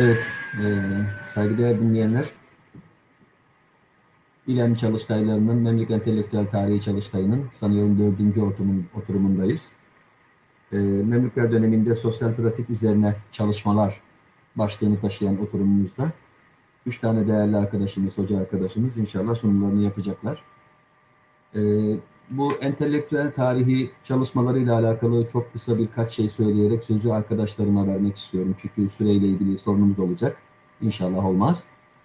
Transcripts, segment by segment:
Evet, e, saygıdeğer dinleyenler, İlem Çalıştayları'nın Memlük Entelektüel Tarihi Çalıştayı'nın sanıyorum dördüncü oturumundayız. Memlükler döneminde sosyal pratik üzerine çalışmalar başlığını taşıyan oturumumuzda üç tane değerli arkadaşımız, hoca arkadaşımız inşallah sunumlarını yapacaklar. E, Bu entelektüel tarihi çalışmalarıyla alakalı çok kısa birkaç şey söyleyerek sözü arkadaşlarıma vermek istiyorum. Çünkü süreyle ilgili sorunumuz olacak. İnşallah olmaz.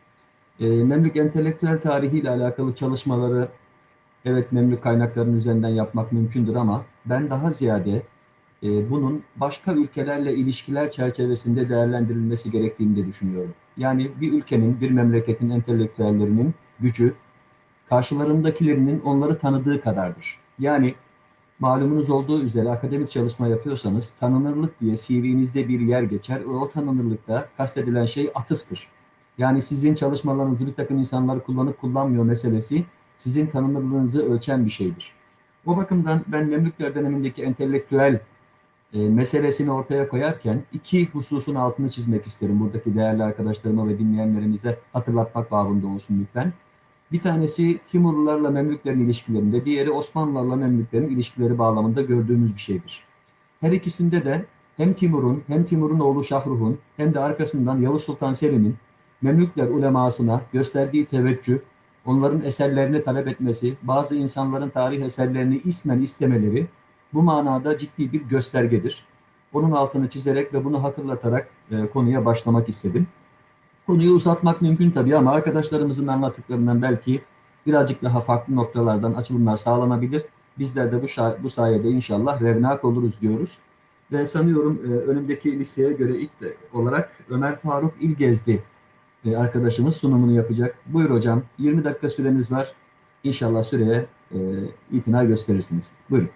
Memlük entelektüel tarihi ile alakalı çalışmaları evet Memlük kaynaklarının üzerinden yapmak mümkündür ama ben daha ziyade bunun başka ülkelerle ilişkiler çerçevesinde değerlendirilmesi gerektiğini de düşünüyorum. Yani bir ülkenin, bir memleketin entelektüellerinin gücü karşılarındakilerinin onları tanıdığı kadardır. Yani malumunuz olduğu üzere akademik çalışma yapıyorsanız tanınırlık diye CV'nizde bir yer geçer. O tanınırlıkta kastedilen şey atıftır. Yani sizin çalışmalarınızı bir takım insanlar kullanıp kullanmıyor meselesi sizin tanınırlığınızı ölçen bir şeydir. O bakımdan ben Memlükler dönemindeki entelektüel meselesini ortaya koyarken iki hususun altını çizmek isterim. Buradaki değerli arkadaşlarıma ve dinleyenlerimize hatırlatmak babında olsun lütfen. Bir tanesi Timurlularla Memlüklerin ilişkilerinde, diğeri Osmanlılarla Memlüklerin ilişkileri bağlamında gördüğümüz bir şeydir. Her ikisinde de hem Timur'un oğlu Şahruh'un hem de arkasından Yavuz Sultan Selim'in Memlükler ulemasına gösterdiği teveccüh, onların eserlerini talep etmesi, bazı insanların tarih eserlerini ismen istemeleri bu manada ciddi bir göstergedir. Onun altını çizerek ve bunu hatırlatarak konuya başlamak istedim. Konuyu uzatmak mümkün tabii ama arkadaşlarımızın anlattıklarından belki birazcık daha farklı noktalardan açılımlar sağlanabilir. Bizler de bu sayede inşallah revnak oluruz diyoruz. Ve sanıyorum önümdeki listeye göre ilk olarak Ömer Faruk İlgezdi arkadaşımız sunumunu yapacak. Buyur hocam, 20 dakika süremiz var. İnşallah süreye itina gösterirsiniz. Buyurun.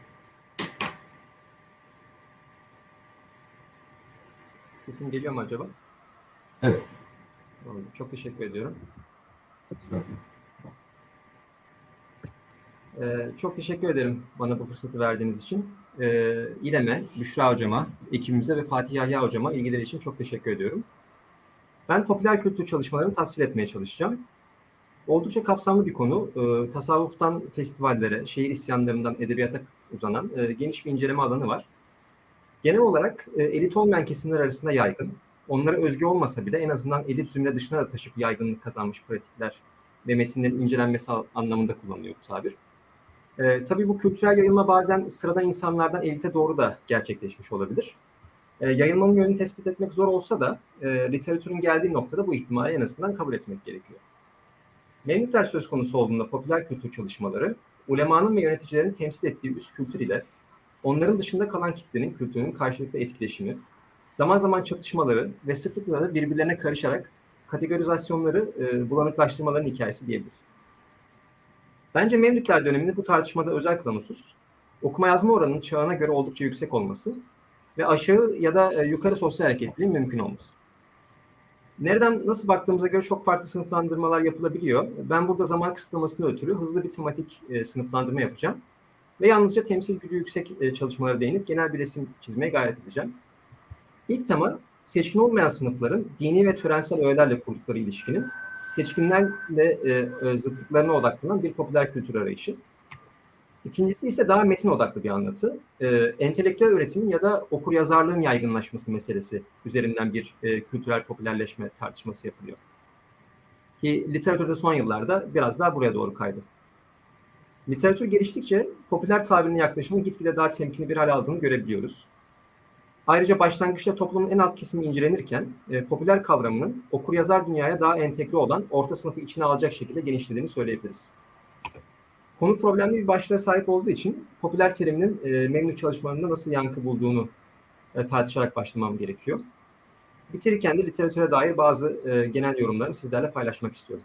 Sesim geliyor mu acaba? Evet. Çok teşekkür ediyorum. Estağfurullah. Çok teşekkür ederim bana bu fırsatı verdiğiniz için. İLEM'e, Büşra Hocama, ekibimize ve Fatih Yahya Hocama ilgileri için çok teşekkür ediyorum. Ben popüler kültür çalışmalarını tasvir etmeye çalışacağım. Oldukça kapsamlı bir konu. Tasavvuftan festivallere, şehir isyanlarından edebiyata uzanan geniş bir inceleme alanı var. Genel olarak elit olmayan kesimler arasında yaygın. Onlara özgü olmasa bile en azından elit zümre dışına da taşıp yaygınlık kazanmış pratikler ve metinlerin incelenmesi anlamında kullanılıyor bu tabir. Tabii bu kültürel yayılma bazen sıradan insanlardan elite doğru da gerçekleşmiş olabilir. Yayılmanın yönünü tespit etmek zor olsa da literatürün geldiği noktada bu ihtimali en azından kabul etmek gerekiyor. Memlükler söz konusu olduğunda popüler kültür çalışmaları, ulemanın ve yöneticilerin temsil ettiği üst kültür ile onların dışında kalan kitlenin kültürünün karşılıklı etkileşimi, zaman zaman çatışmaları ve sıklıkla da birbirlerine karışarak kategorizasyonları bulanıklaştırmaların hikayesi diyebiliriz. Bence Memlükler döneminde bu tartışmada özel kılan husus, okuma yazma oranının çağına göre oldukça yüksek olması ve aşağı ya da yukarı sosyal hareketliliğin mümkün olması. Nereden nasıl baktığımıza göre çok farklı sınıflandırmalar yapılabiliyor. Ben burada zaman kısıtlamasına ötürü hızlı bir tematik sınıflandırma yapacağım. Ve yalnızca temsil gücü yüksek çalışmalara değinip genel bir resim çizmeye gayret edeceğim. İlk tema, seçkin olmayan sınıfların dini ve törensel öğelerle kurdukları ilişkinin seçkinlerle zıtlıklarına odaklanan bir popüler kültür arayışı. İkincisi ise daha metin odaklı bir anlatı. Entelektüel öğretimin ya da okuryazarlığın yaygınlaşması meselesi üzerinden bir kültürel popülerleşme tartışması yapılıyor. Ki literatürde son yıllarda biraz daha buraya doğru kaydı. Literatür geliştikçe popüler tabirine yaklaşımın gitgide daha temkinli bir hal aldığını görebiliyoruz. Ayrıca başlangıçta toplumun en alt kesimi incelenirken popüler kavramının okuryazar dünyaya daha entegre olan orta sınıfı içine alacak şekilde genişlediğini söyleyebiliriz. Konu problemli bir başlığa sahip olduğu için popüler teriminin Memlük çalışmalarında nasıl yankı bulduğunu tartışarak başlamam gerekiyor. Bitirirken de literatüre dair bazı genel yorumlarımı sizlerle paylaşmak istiyorum.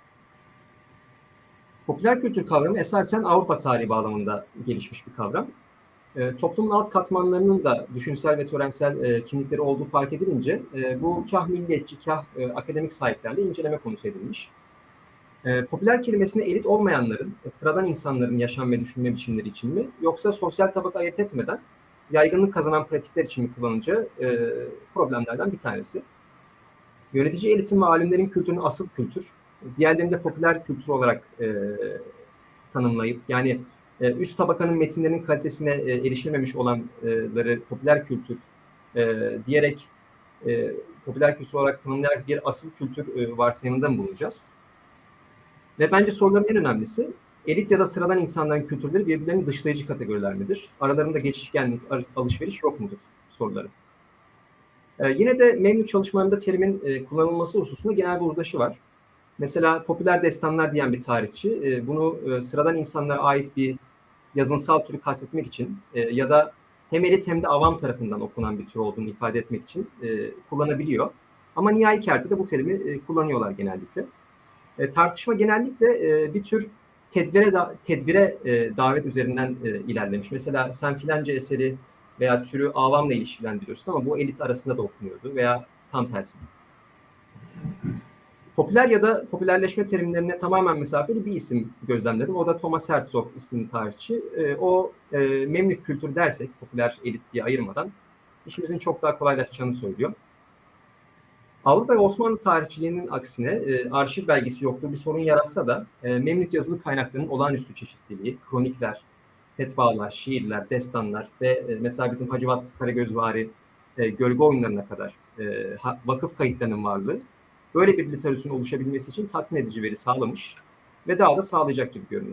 Popüler kültür kavramı esasen Avrupa tarihi bağlamında gelişmiş bir kavram. Toplumun alt katmanlarının da düşünsel ve törensel kimlikleri olduğu fark edilince bu kah milliyetçi, kah akademik sahiplerle inceleme konusu edilmiş. Popüler kelimesine elit olmayanların, sıradan insanların yaşam ve düşünme biçimleri için mi, yoksa sosyal tabaka ayırt etmeden yaygınlık kazanan pratikler için mi kullanılacağı problemlerden bir tanesi. Yönetici elitin ve alimlerin kültürünü asıl kültür, diğerlerini de popüler kültür olarak tanımlayıp, yani üst tabakanın metinlerinin kalitesine erişememiş olanları popüler kültür diyerek, popüler kültür olarak tanımlayarak bir asıl kültür varsayımında mı bulunacağız? Ve bence soruların en önemlisi, elit ya da sıradan insanların kültürleri birbirlerini dışlayıcı kategoriler midir? Aralarında geçişkenlik, alışveriş yok mudur soruları. Yine de Memlük çalışmalarında terimin kullanılması hususunda genel bir uğraşı var. Mesela popüler destanlar diyen bir tarihçi bunu sıradan insanlara ait bir yazınsal türü kastetmek için ya da hem elit hem de avam tarafından okunan bir tür olduğunu ifade etmek için kullanabiliyor. Ama nihai kertede bu terimi kullanıyorlar genellikle. Tartışma genellikle bir tür tedbire davet üzerinden ilerlemiş. Mesela sen filanca eseri veya türü avamla ilişkilendiriyorsun ama bu elit arasında da okunuyordu veya tam tersi. Popüler ya da popülerleşme terimlerine tamamen mesafeli bir isim gözlemledim. O da Thomas Herzog ismini tarihçi. O Memlük kültürü dersek, popüler elit diye ayırmadan işimizin çok daha kolaylaşacağını söylüyor. Avrupa ve Osmanlı tarihçiliğinin aksine arşiv belgesi yokluğu bir sorun yaratsa da Memlük yazılı kaynaklarının olağanüstü çeşitliliği, kronikler, fetvalar, şiirler, destanlar ve mesela bizim Hacivat Karagözvari gölge oyunlarına kadar vakıf kayıtlarının varlığı böyle bir literatürün oluşabilmesi için tatmin edici veri sağlamış ve daha da sağlayacak gibi görünüyor.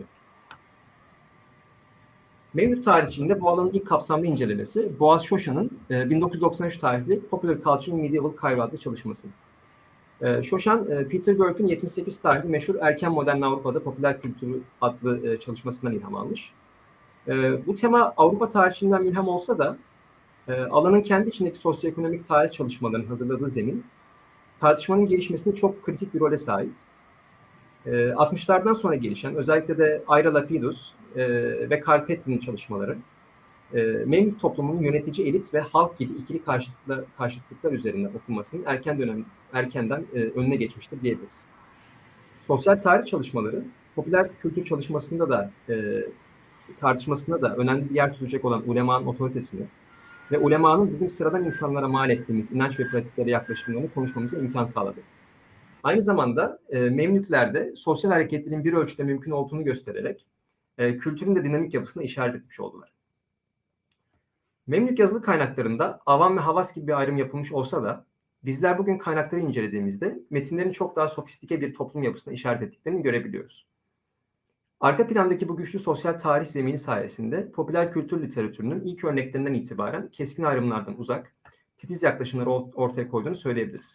Memlük tarihçiliğinde bu alanın ilk kapsamlı incelemesi Boaz Şoşan'ın 1993 tarihli Popular Culture in Medieval Cairo adlı çalışması. Şoşan, Peter Burke'ün 78 tarihli meşhur Erken Modern Avrupa'da Popüler Kültürü adlı çalışmasından ilham almış. Bu tema Avrupa tarihçiliğinden ilham olsa da alanın kendi içindeki sosyoekonomik tarih çalışmalarının hazırladığı zemin tartışmanın gelişmesinde çok kritik bir role sahip. 60'lardan sonra gelişen, özellikle de Ira Lapidus ve Karl Petrin'in çalışmaları, Memlük toplumunun yönetici elit ve halk gibi ikili karşıtlıklar üzerine okunmasının erkenden önüne geçmiştir diyebiliriz. Sosyal tarih çalışmaları, popüler kültür tartışmasında da önemli bir yer tutacak olan ulemanın otoritesini ve ulemanın bizim sıradan insanlara mal ettiğimiz inanç ve pratiklere yaklaşımlarını konuşmamıza imkan sağladı. Aynı zamanda Memlüklerde sosyal hareketliliğin bir ölçüde mümkün olduğunu göstererek kültürün de dinamik yapısına işaret etmiş oldular. Memlük yazılı kaynaklarında avam ve havas gibi bir ayrım yapılmış olsa da bizler bugün kaynakları incelediğimizde metinlerin çok daha sofistike bir toplum yapısına işaret ettiklerini görebiliyoruz. Arka plandaki bu güçlü sosyal tarih zemini sayesinde popüler kültür literatürünün ilk örneklerinden itibaren keskin ayrımlardan uzak, titiz yaklaşımları ortaya koyduğunu söyleyebiliriz.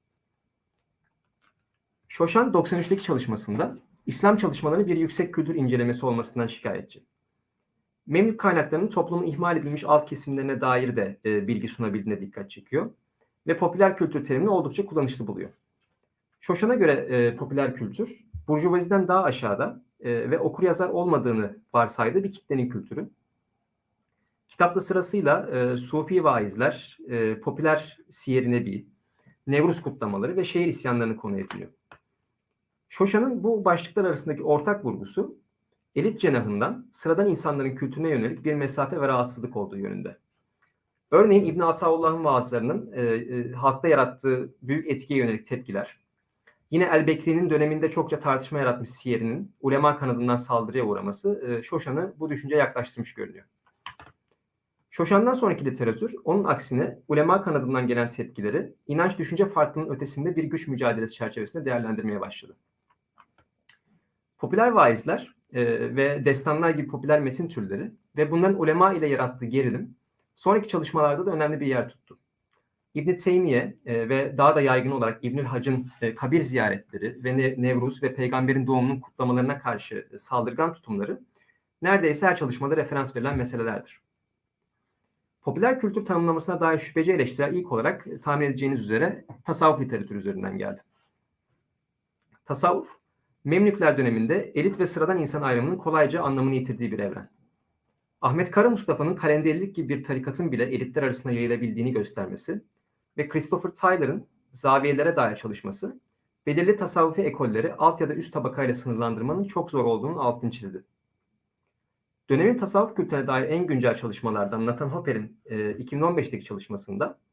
Şoşan 93'teki çalışmasında İslam çalışmaları bir yüksek kültür incelemesi olmasından şikayetçi. Memlük kaynaklarının toplumun ihmal edilmiş alt kesimlerine dair de bilgi sunabildiğine dikkat çekiyor ve popüler kültür terimini oldukça kullanışlı buluyor. Şoşan'a göre popüler kültür, burjuvaziden daha aşağıda ve okuryazar olmadığını varsaydığı bir kitlenin kültürü. Kitapta sırasıyla Sufi vaizler, popüler siyer-i nebi, Nevruz kutlamaları ve şehir isyanlarını konu ediniyor. Şoşan'ın bu başlıklar arasındaki ortak vurgusu, elit cenahından sıradan insanların kültürüne yönelik bir mesafe ve rahatsızlık olduğu yönünde. Örneğin İbn Ataullah'ın vaazlarının halkta yarattığı büyük etkiye yönelik tepkiler, yine El-Bekri'nin döneminde çokça tartışma yaratmış siyerinin ulema kanadından saldırıya uğraması Şoşan'ı bu düşünceye yaklaştırmış görünüyor. Şoşan'dan sonraki literatür, onun aksine ulema kanadından gelen tepkileri inanç düşünce farklılığının ötesinde bir güç mücadelesi çerçevesinde değerlendirmeye başladı. Popüler vaizler ve destanlar gibi popüler metin türleri ve bunların ulema ile yarattığı gerilim sonraki çalışmalarda da önemli bir yer tuttu. İbn Teymiye ve daha da yaygın olarak İbnül Hac'ın kabir ziyaretleri ve Nevruz ve peygamberin doğumunun kutlamalarına karşı saldırgan tutumları neredeyse her çalışmada referans verilen meselelerdir. Popüler kültür tanımlamasına dair şüpheci eleştiriler ilk olarak tahmin edeceğiniz üzere tasavvuf literatürü üzerinden geldi. Tasavvuf, Memlükler döneminde elit ve sıradan insan ayrımının kolayca anlamını yitirdiği bir evren. Ahmet Kara Mustafa'nın kalenderilik gibi bir tarikatın bile elitler arasında yayılabildiğini göstermesi ve Christopher Tyler'ın zaviyelere dair çalışması, belirli tasavvufi ekolleri alt ya da üst tabakayla sınırlandırmanın çok zor olduğunun altını çizdi. Dönemin tasavvuf kültürüne dair en güncel çalışmalardan Nathan Hopper'in 2015'teki çalışmasında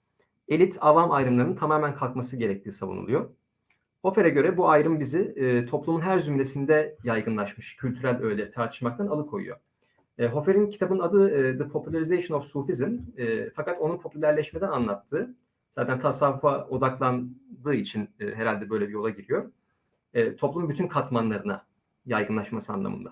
elit avam ayrımlarının tamamen kalkması gerektiği savunuluyor. Hofer'e göre bu ayrım bizi toplumun her zümresinde yaygınlaşmış kültürel öğeleri tartışmaktan alıkoyuyor. Hofer'in kitabın adı The Popularization of Sufism, fakat onun popülerleşmeden anlattığı, zaten tasavvufa odaklandığı için herhalde böyle bir yola giriyor. Toplumun bütün katmanlarına yaygınlaşması anlamında.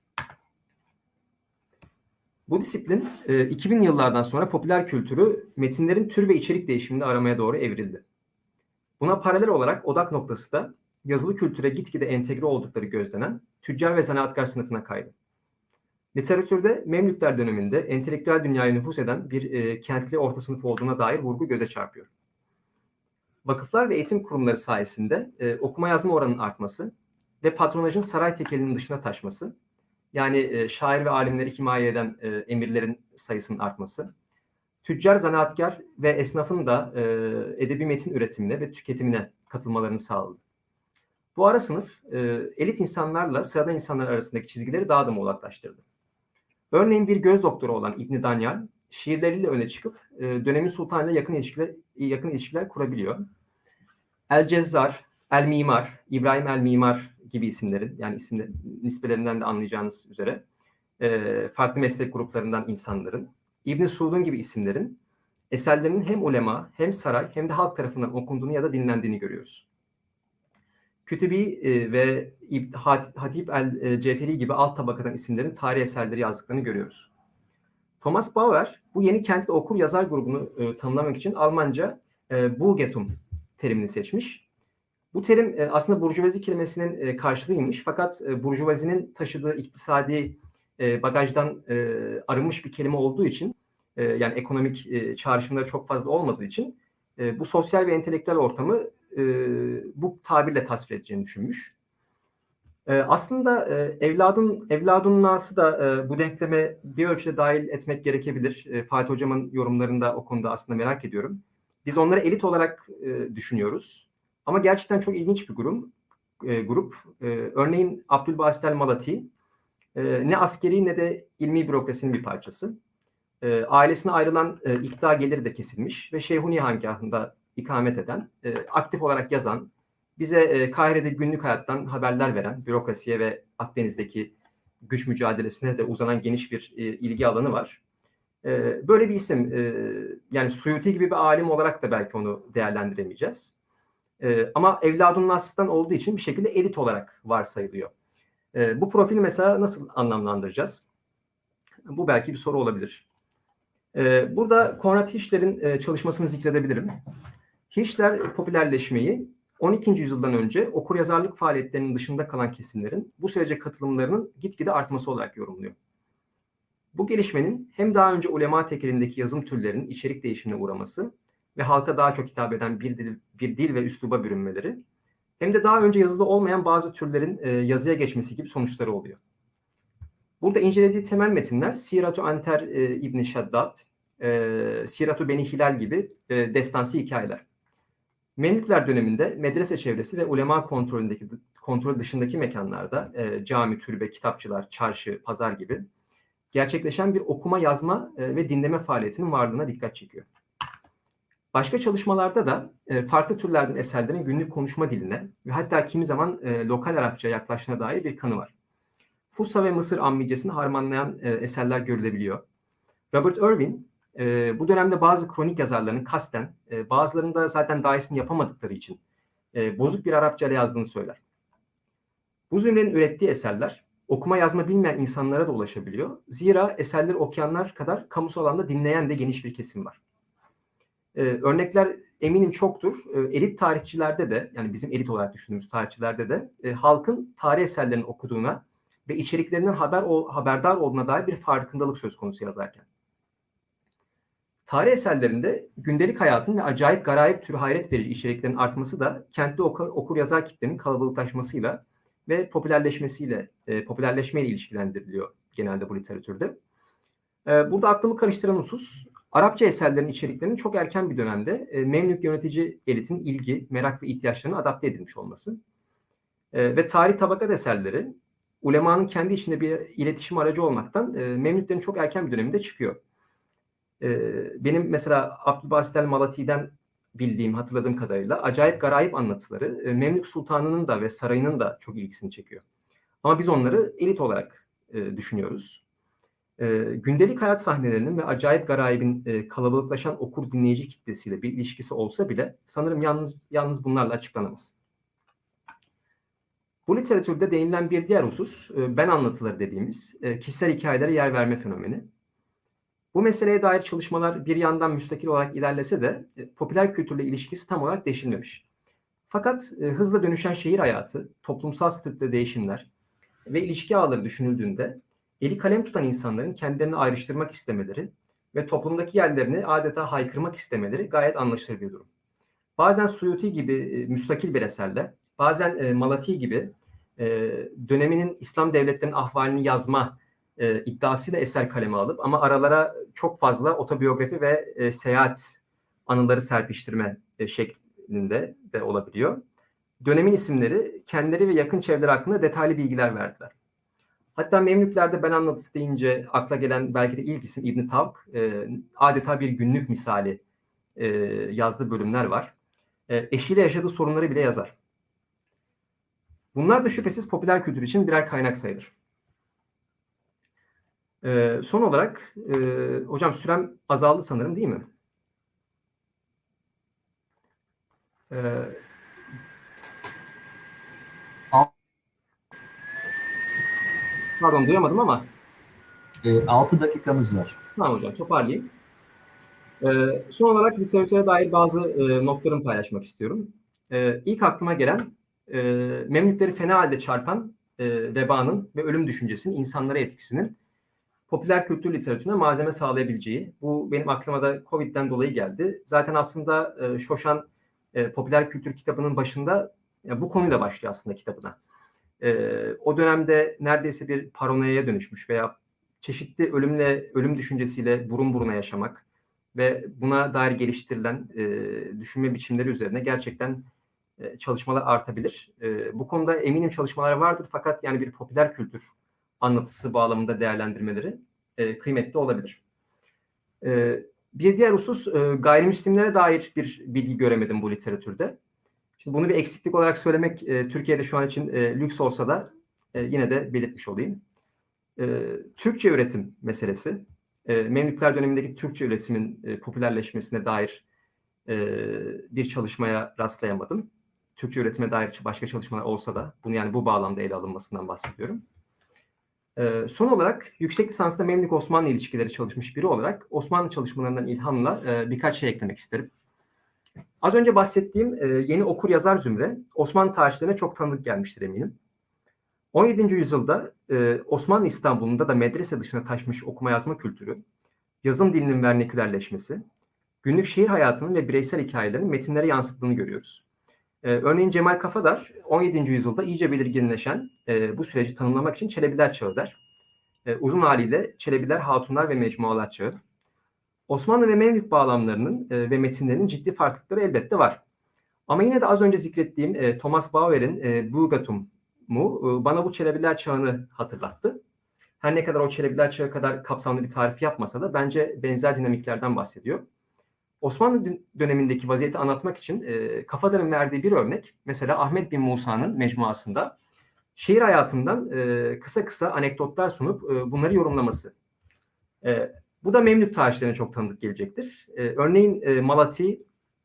Bu disiplin 2000 yıllardan sonra popüler kültürü metinlerin tür ve içerik değişimini aramaya doğru evrildi. Buna paralel olarak odak noktası da yazılı kültüre gitgide entegre oldukları gözlenen tüccar ve zanaatkar sınıfına kaydı. Literatürde Memlükler döneminde entelektüel dünyaya nüfuz eden bir kentli orta sınıf olduğuna dair vurgu göze çarpıyor. Vakıflar ve eğitim kurumları sayesinde okuma yazma oranının artması ve patronajın saray tekelinin dışına taşması, yani şair ve alimleri himaye eden emirlerin sayısının artması, tüccar, zanaatkar ve esnafın da edebi metin üretimine ve tüketimine katılmalarını sağladı. Bu ara sınıf elit insanlarla sıradan insanlar arasındaki çizgileri daha da muğlaklaştırdı. Örneğin bir göz doktoru olan İbn Danyal şiirleriyle öne çıkıp dönemin sultanıyla yakın ilişkiler kurabiliyor. El Cezzar, El Mimar, İbrahim El Mimar gibi isimlerin, yani nispelerinden de anlayacağınız üzere farklı meslek gruplarından insanların, İbn Suud'un gibi isimlerin eserlerinin hem ulema hem saray hem de halk tarafından okunduğunu ya da dinlendiğini görüyoruz. Kütübi ve Hatip el-Ceferi gibi alt tabakadan isimlerin tarih eserleri yazdıklarını görüyoruz. Thomas Bauer bu yeni kentli okur yazar grubunu tanımlamak için Almanca Bürgertum terimini seçmiş. Bu terim aslında burjuvazi kelimesinin karşılığıymış, fakat burjuvazinin taşıdığı iktisadi bagajdan arınmış bir kelime olduğu için, yani ekonomik çağrışımları çok fazla olmadığı için bu sosyal ve entelektüel ortamı bu tabirle tasvir edeceğini düşünmüş. Aslında evladun nası da bu denkleme bir ölçüde dahil etmek gerekebilir. Fatih Hocam'ın yorumlarında o konuda aslında merak ediyorum. Biz onları elit olarak düşünüyoruz. Ama gerçekten çok ilginç bir grup. Örneğin Abdülbasit el-Malati ne askeri ne de ilmi bürokrasinin bir parçası. Ailesine ayrılan iktidar geliri de kesilmiş ve Şeyhuni Hankâhı'nda ikamet eden, aktif olarak yazan, bize Kahire'de günlük hayattan haberler veren, bürokrasiye ve Akdeniz'deki güç mücadelesine de uzanan geniş bir ilgi alanı var. Böyle bir isim, yani Suyuti gibi bir alim olarak da belki onu değerlendiremeyeceğiz. Ama Evladun Nas'tan olduğu için bir şekilde elit olarak varsayılıyor. Bu profili mesela nasıl anlamlandıracağız? Bu belki bir soru olabilir. Burada Konrad Hirschler'in çalışmasını zikredebilirim. Hirschler popülerleşmeyi 12. yüzyıldan önce okuryazarlık faaliyetlerinin dışında kalan kesimlerin bu sürece katılımlarının gitgide artması olarak yorumluyor. Bu gelişmenin hem daha önce ulema tekelindeki yazım türlerinin içerik değişimine uğraması ve halka daha çok hitap eden bir dil ve üsluba bürünmeleri, hem de daha önce yazılı olmayan bazı türlerin yazıya geçmesi gibi sonuçları oluyor. Burada incelediği temel metinler Sirat-ı Anter İbn Şaddad, Sirat-ı Beni Hilal gibi destansı hikayeler. Memlükler döneminde medrese çevresi ve ulema kontrol dışındaki mekanlarda cami, türbe, kitapçılar, çarşı, pazar gibi gerçekleşen bir okuma, yazma ve dinleme faaliyetinin varlığına dikkat çekiyor. Başka çalışmalarda da farklı türlerden eserlerin günlük konuşma diline ve hatta kimi zaman lokal Arapça yaklaşına dair bir kanı var. Fusha ve Mısır ammicesini harmanlayan eserler görülebiliyor. Robert Irwin bu dönemde bazı kronik yazarlarının kasten, bazılarında zaten daha iyisini yapamadıkları için bozuk bir Arapça ile yazdığını söyler. Bu zümrenin ürettiği eserler okuma yazma bilmeyen insanlara da ulaşabiliyor. Zira eserleri okuyanlar kadar kamusal alanda dinleyen de geniş bir kesim var. Örnekler eminim çoktur. Elit tarihçilerde de, yani bizim elit olarak düşündüğümüz tarihçilerde de halkın tarih eserlerini okuduğuna ve içeriklerinden haberdar olduğuna dair bir farkındalık söz konusu yazarken. Tarih eserlerinde gündelik hayatın ve acayip garayip türü hayret verici içeriklerin artması da kentli okur yazar kitlenin kalabalıklaşmasıyla ve popülerleşmeyle ilişkilendiriliyor genelde bu literatürde. Burada aklımı karıştıran husus, Arapça eserlerin içeriklerinin çok erken bir dönemde Memlük yönetici elitin ilgi, merak ve ihtiyaçlarına adapte edilmiş olması. Ve tarih tabakat eserleri ulemanın kendi içinde bir iletişim aracı olmaktan Memlüklerin çok erken bir döneminde çıkıyor. Benim mesela Abdülbasit el-Malati'den bildiğim, hatırladığım kadarıyla acayip garayip anlatıları Memlük Sultanı'nın da ve sarayının da çok ilgisini çekiyor. Ama biz onları elit olarak düşünüyoruz. Gündelik hayat sahnelerinin ve acayip garayibin kalabalıklaşan okur dinleyici kitlesiyle bir ilişkisi olsa bile sanırım yalnız bunlarla açıklanamaz. Bu literatürde değinilen bir diğer husus, ben anlatıları dediğimiz kişisel hikayelere yer verme fenomeni. Bu meseleye dair çalışmalar bir yandan müstakil olarak ilerlese de popüler kültürle ilişkisi tam olarak deşilmemiş. Fakat hızla dönüşen şehir hayatı, toplumsal statüde değişimler ve ilişki ağları düşünüldüğünde eli kalem tutan insanların kendilerini ayrıştırmak istemeleri ve toplumdaki yerlerini adeta haykırmak istemeleri gayet anlaşılır bir durum. Bazen Suyuti gibi müstakil bir eserle, bazen Malati gibi döneminin İslam devletlerinin ahvalini yazma iddiasıyla eser kaleme alıp ama aralara çok fazla otobiyografi ve seyahat anıları serpiştirme şeklinde de olabiliyor. Dönemin isimleri kendileri ve yakın çevreleri hakkında detaylı bilgiler verdiler. Hatta Memlüklerde ben anlatısı deyince akla gelen belki de ilk isim İbn Tavk, adeta bir günlük misali yazdığı bölümler var. Eşiyle yaşadığı sorunları bile yazar. Bunlar da şüphesiz popüler kültür için birer kaynak sayılır. Son olarak, hocam sürem azaldı sanırım değil mi? Pardon duyamadım ama. 6 dakikamız var. Tamam hocam toparlayayım. Son olarak literatüre dair bazı notlarımı paylaşmak istiyorum. İlk aklıma gelen Memlükleri fena halde çarpan vebanın ve ölüm düşüncesinin insanlara etkisinin popüler kültür literatürüne malzeme sağlayabileceği. Bu benim aklıma da Covid'den dolayı geldi. Zaten aslında Şoşan popüler kültür kitabının başında bu konuyla başlıyor aslında kitabına. O dönemde neredeyse bir paranoyaya dönüşmüş veya çeşitli ölüm düşüncesiyle burun buruna yaşamak ve buna dair geliştirilen düşünme biçimleri üzerine gerçekten çalışmalar artabilir. Bu konuda eminim çalışmalar vardır fakat yani bir popüler kültür anlatısı bağlamında değerlendirmeleri kıymetli olabilir. Bir diğer husus gayrimüslimlere dair bir bilgi göremedim bu literatürde. Şimdi bunu bir eksiklik olarak söylemek Türkiye'de şu an için lüks olsa da yine de belirtmiş olayım. Türkçe üretim meselesi, Memlükler dönemindeki Türkçe üretimin popülerleşmesine dair bir çalışmaya rastlayamadım. Türkçe üretime dair başka çalışmalar olsa da bunu yani bu bağlamda ele alınmasından bahsediyorum. Son olarak yüksek lisansla Memlük-Osmanlı ilişkileri çalışmış biri olarak Osmanlı çalışmalarından ilhamla birkaç şey eklemek isterim. Az önce bahsettiğim yeni okur yazar zümre Osmanlı tarihçilerine çok tanıdık gelmiştir eminim. 17. yüzyılda Osmanlı İstanbul'unda da medrese dışına taşmış okuma yazma kültürü, yazım dilinin vernekülerleşmesi, günlük şehir hayatının ve bireysel hikayelerin metinlere yansıttığını görüyoruz. Örneğin Cemal Kafadar 17. yüzyılda iyice belirginleşen bu süreci tanımlamak için Çelebiler Çağı der. Uzun haliyle Çelebiler, Hatunlar ve Mecmualar Çağı. Osmanlı ve Memlük bağlamlarının ve metinlerinin ciddi farklılıkları elbette var. Ama yine de az önce zikrettiğim Thomas Bauer'in Bugatum'u bana bu Çelebiler Çağı'nı hatırlattı. Her ne kadar o Çelebiler Çağı kadar kapsamlı bir tarif yapmasa da bence benzer dinamiklerden bahsediyor. Osmanlı dönemindeki vaziyeti anlatmak için Kafadar'ın verdiği bir örnek, mesela Ahmet bin Musa'nın mecmuasında şehir hayatından kısa kısa anekdotlar sunup bunları yorumlaması. Bu da Memlük tarihçilerine çok tanıdık gelecektir. Örneğin Malati,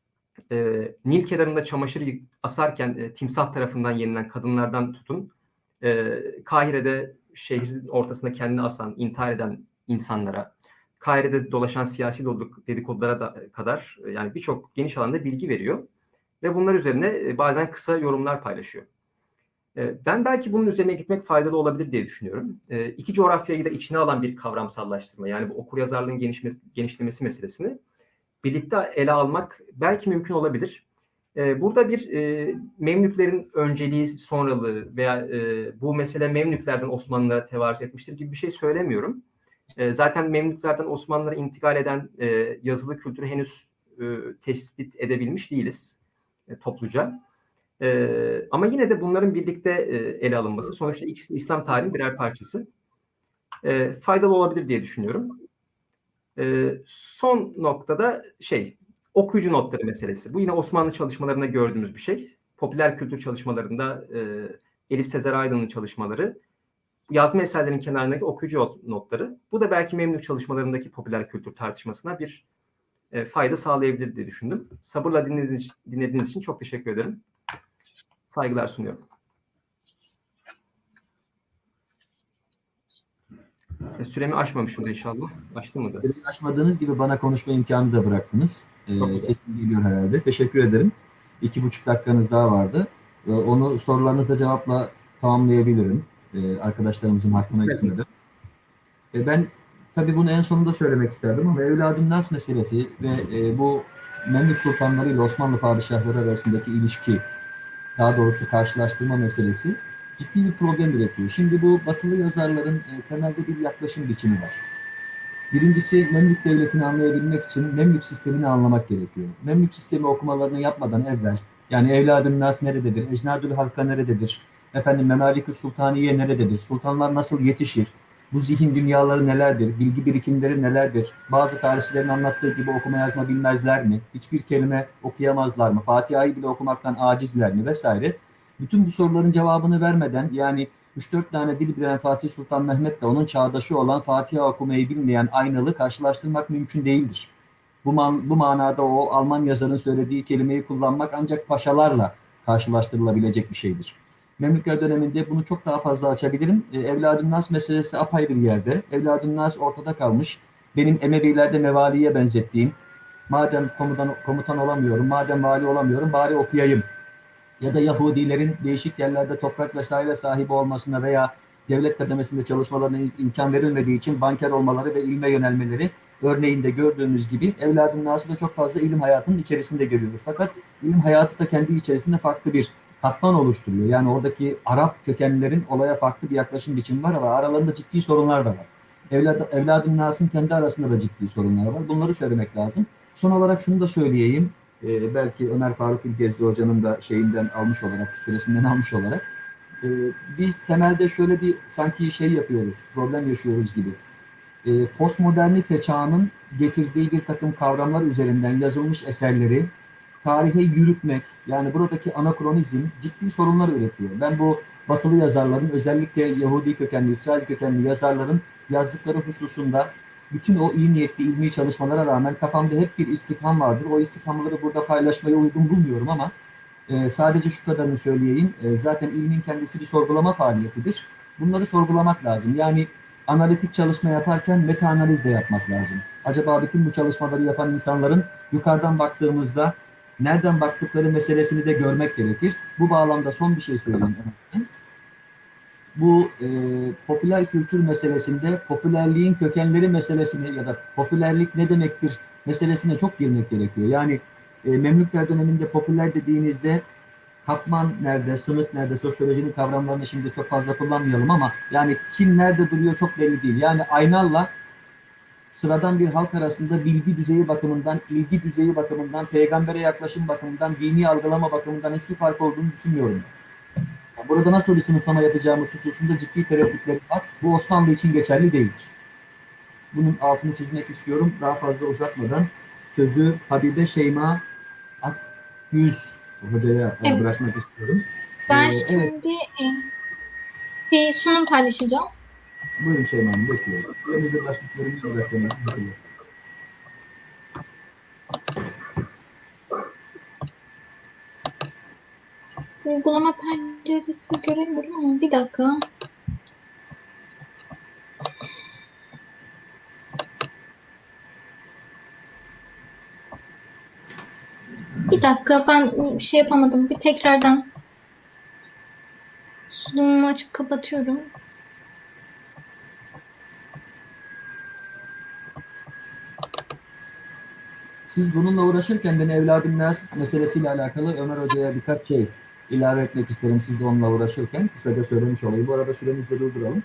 Nil kenarında çamaşır asarken timsah tarafından yenilen kadınlardan tutun, Kahire'de şehrin ortasında kendini asan, intihar eden insanlara, Kahire'de dolaşan siyasi dedikodulara kadar yani birçok geniş alanda bilgi veriyor. Ve bunlar üzerine bazen kısa yorumlar paylaşıyor. Ben belki bunun üzerine gitmek faydalı olabilir diye düşünüyorum. İki coğrafyayı da içine alan bir kavramsallaştırma, yani bu okuryazarlığın genişlemesi meselesini birlikte ele almak belki mümkün olabilir. Burada bir Memlüklerin önceliği, sonralığı veya bu mesele Memlüklerden Osmanlılara tevarüz etmiştir gibi bir şey söylemiyorum. Zaten Memlüklerden Osmanlılara intikal eden yazılı kültürü henüz tespit edebilmiş değiliz topluca. Ama yine de bunların birlikte ele alınması, sonuçta ikisi İslam tarihinin birer parçası, faydalı olabilir diye düşünüyorum. Son noktada Okuyucu notları meselesi. Bu yine Osmanlı çalışmalarında gördüğümüz bir şey. Popüler kültür çalışmalarında Elif Sezer Aydın'ın çalışmaları, yazma eserlerinin kenarındaki okuyucu notları. Bu da belki Memlük çalışmalarındaki popüler kültür tartışmasına bir fayda sağlayabilir diye düşündüm. Sabırla dinlediğiniz için çok teşekkür ederim. Saygılar sunuyorum. Süremi aşmamışımdır inşallah. Aştım mı da? Süremi aşmadığınız gibi bana konuşma imkanı da bıraktınız. Sesim geliyor herhalde. Teşekkür ederim. 2,5 dakikanız daha vardı. Onu sorularınıza cevapla tamamlayabilirim. Arkadaşlarımızın hakkına gitmeden. Ben tabii bunu en sonunda söylemek isterdim ama Evlad-ı Nas meselesi ve bu Memlük sultanları ile Osmanlı padişahları arasındaki ilişki, daha doğrusu karşılaştırma meselesi ciddi bir problem üretiyor. Şimdi bu batılı yazarların temelde bir yaklaşım biçimi var. Birincisi, Memlük Devleti'ni anlayabilmek için Memlük sistemini anlamak gerekiyor. Memlük sistemi okumalarını yapmadan evvel, yani Evlad-ı Nas nerededir, Ecnadül Halka nerededir, Memalik-i Sultaniye nerededir, sultanlar nasıl yetişir, bu zihin dünyaları nelerdir, bilgi birikimleri nelerdir, bazı tarihçilerin anlattığı gibi okuma yazma bilmezler mi, hiçbir kelime okuyamazlar mı, Fatiha'yı bile okumaktan acizler mi vesaire. Bütün bu soruların cevabını vermeden, yani 3-4 tane dil bilen Fatih Sultan Mehmet'le onun çağdaşı olan Fatiha okumayı bilmeyen Aynalı karşılaştırmak mümkün değildir. Bu manada o Alman yazarın söylediği kelimeyi kullanmak ancak paşalarla karşılaştırılabilecek bir şeydir. Memlükler döneminde bunu çok daha fazla açabilirim. Evlad-ı Nas meselesi apayrı bir yerde. Evlad-ı Nas ortada kalmış. Benim Emevilerde Mevali'ye benzettiğim, madem komutan olamıyorum, madem vali olamıyorum, bari okuyayım. Ya da Yahudilerin değişik yerlerde toprak vesaire sahibi olmasına veya devlet kademesinde çalışmalarına imkan verilmediği için banker olmaları ve ilme yönelmeleri örneğinde gördüğümüz gibi Evlad-ı Nas'ı da çok fazla ilim hayatının içerisinde görüyoruz. Fakat ilim hayatı da kendi içerisinde farklı bir katman oluşturuyor. Yani oradaki Arap kökenlilerin olaya farklı bir yaklaşım biçimi var ama aralarında ciddi sorunlar da var. Evlad-ı Nas'ın kendi arasında da ciddi sorunlar var. Bunları söylemek lazım. Son olarak şunu da söyleyeyim. Belki Ömer Faruk İlgezdi Hoca'nın da şeyinden almış olarak, süresinden almış olarak. Biz temelde şöyle bir sanki şey yapıyoruz, problem yaşıyoruz gibi. Postmodernite çağının getirdiği bir takım kavramlar üzerinden yazılmış eserleri tarihe yürütmek, yani buradaki anakronizm ciddi sorunlar üretiyor. Ben bu batılı yazarların, özellikle Yahudi kökenli, İsrail kökenli yazarların yazdıkları hususunda bütün o iyi niyetli ilmi çalışmalara rağmen kafamda hep bir istifham vardır. O istifhamları burada paylaşmaya uygun bulmuyorum ama sadece şu kadarını söyleyeyim. Zaten ilmin kendisi bir sorgulama faaliyetidir. Bunları sorgulamak lazım. Yani analitik çalışma yaparken meta analiz de yapmak lazım. Acaba bütün bu çalışmaları yapan insanların yukarıdan baktığımızda nereden baktıkları meselesini de görmek gerekir. Bu bağlamda son bir şey söyleyeyim. Bu popüler kültür meselesinde popülerliğin kökenleri meselesini ya da popülerlik ne demektir meselesine çok girmek gerekiyor. Yani Memlükler döneminde popüler dediğinizde katman nerede, sınıf nerede, sosyolojinin kavramlarını şimdi çok fazla kullanmayalım ama yani kim nerede duruyor çok belli değil. Yani Aynal'la sıradan bir halk arasında bilgi düzeyi bakımından, ilgi düzeyi bakımından, peygambere yaklaşım bakımından, dini algılama bakımından hiçbir fark olduğunu düşünmüyorum. Burada nasıl bir sınıflama yapacağımız hususunda ciddi tereddütleri var. Bu Osmanlı için geçerli değildir. Bunun altını çizmek istiyorum. Daha fazla uzatmadan sözü Habibe Şeyma Akgüz Hoca'ya bırakmak istiyorum. Ben şimdi bir sunum paylaşacağım. Buyurun Şeyma Hanım, bekliyorum. Süremizde başlıklarını bir bırakmamızı bekliyorum. Uygulama penceresi göremiyorum ama bir dakika. Bir dakika, ben bir şey yapamadım. Bir tekrardan sunumumu açıp kapatıyorum. Siz bununla uğraşırken ben Evlad-ı Nas meselesiyle alakalı Ömer Hoca'ya birkaç şey ilave etmek isterim. Siz de onunla uğraşırken kısaca söylemiş olayım. Bu arada süremizi durduralım.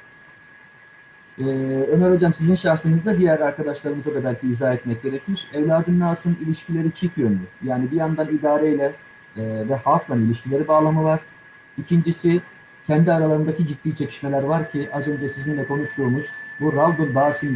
Ömer Hocam, sizin şahsınızda diğer arkadaşlarımıza da belki izah etmek gerekir. Evlad-ı Nas'ın ilişkileri çift yönlü. Yani bir yandan idareyle ve halkla ilişkileri bağlamı var. İkincisi, kendi aralarındaki ciddi çekişmeler var ki az önce sizinle konuştuğumuz bu Ravdul Basim'de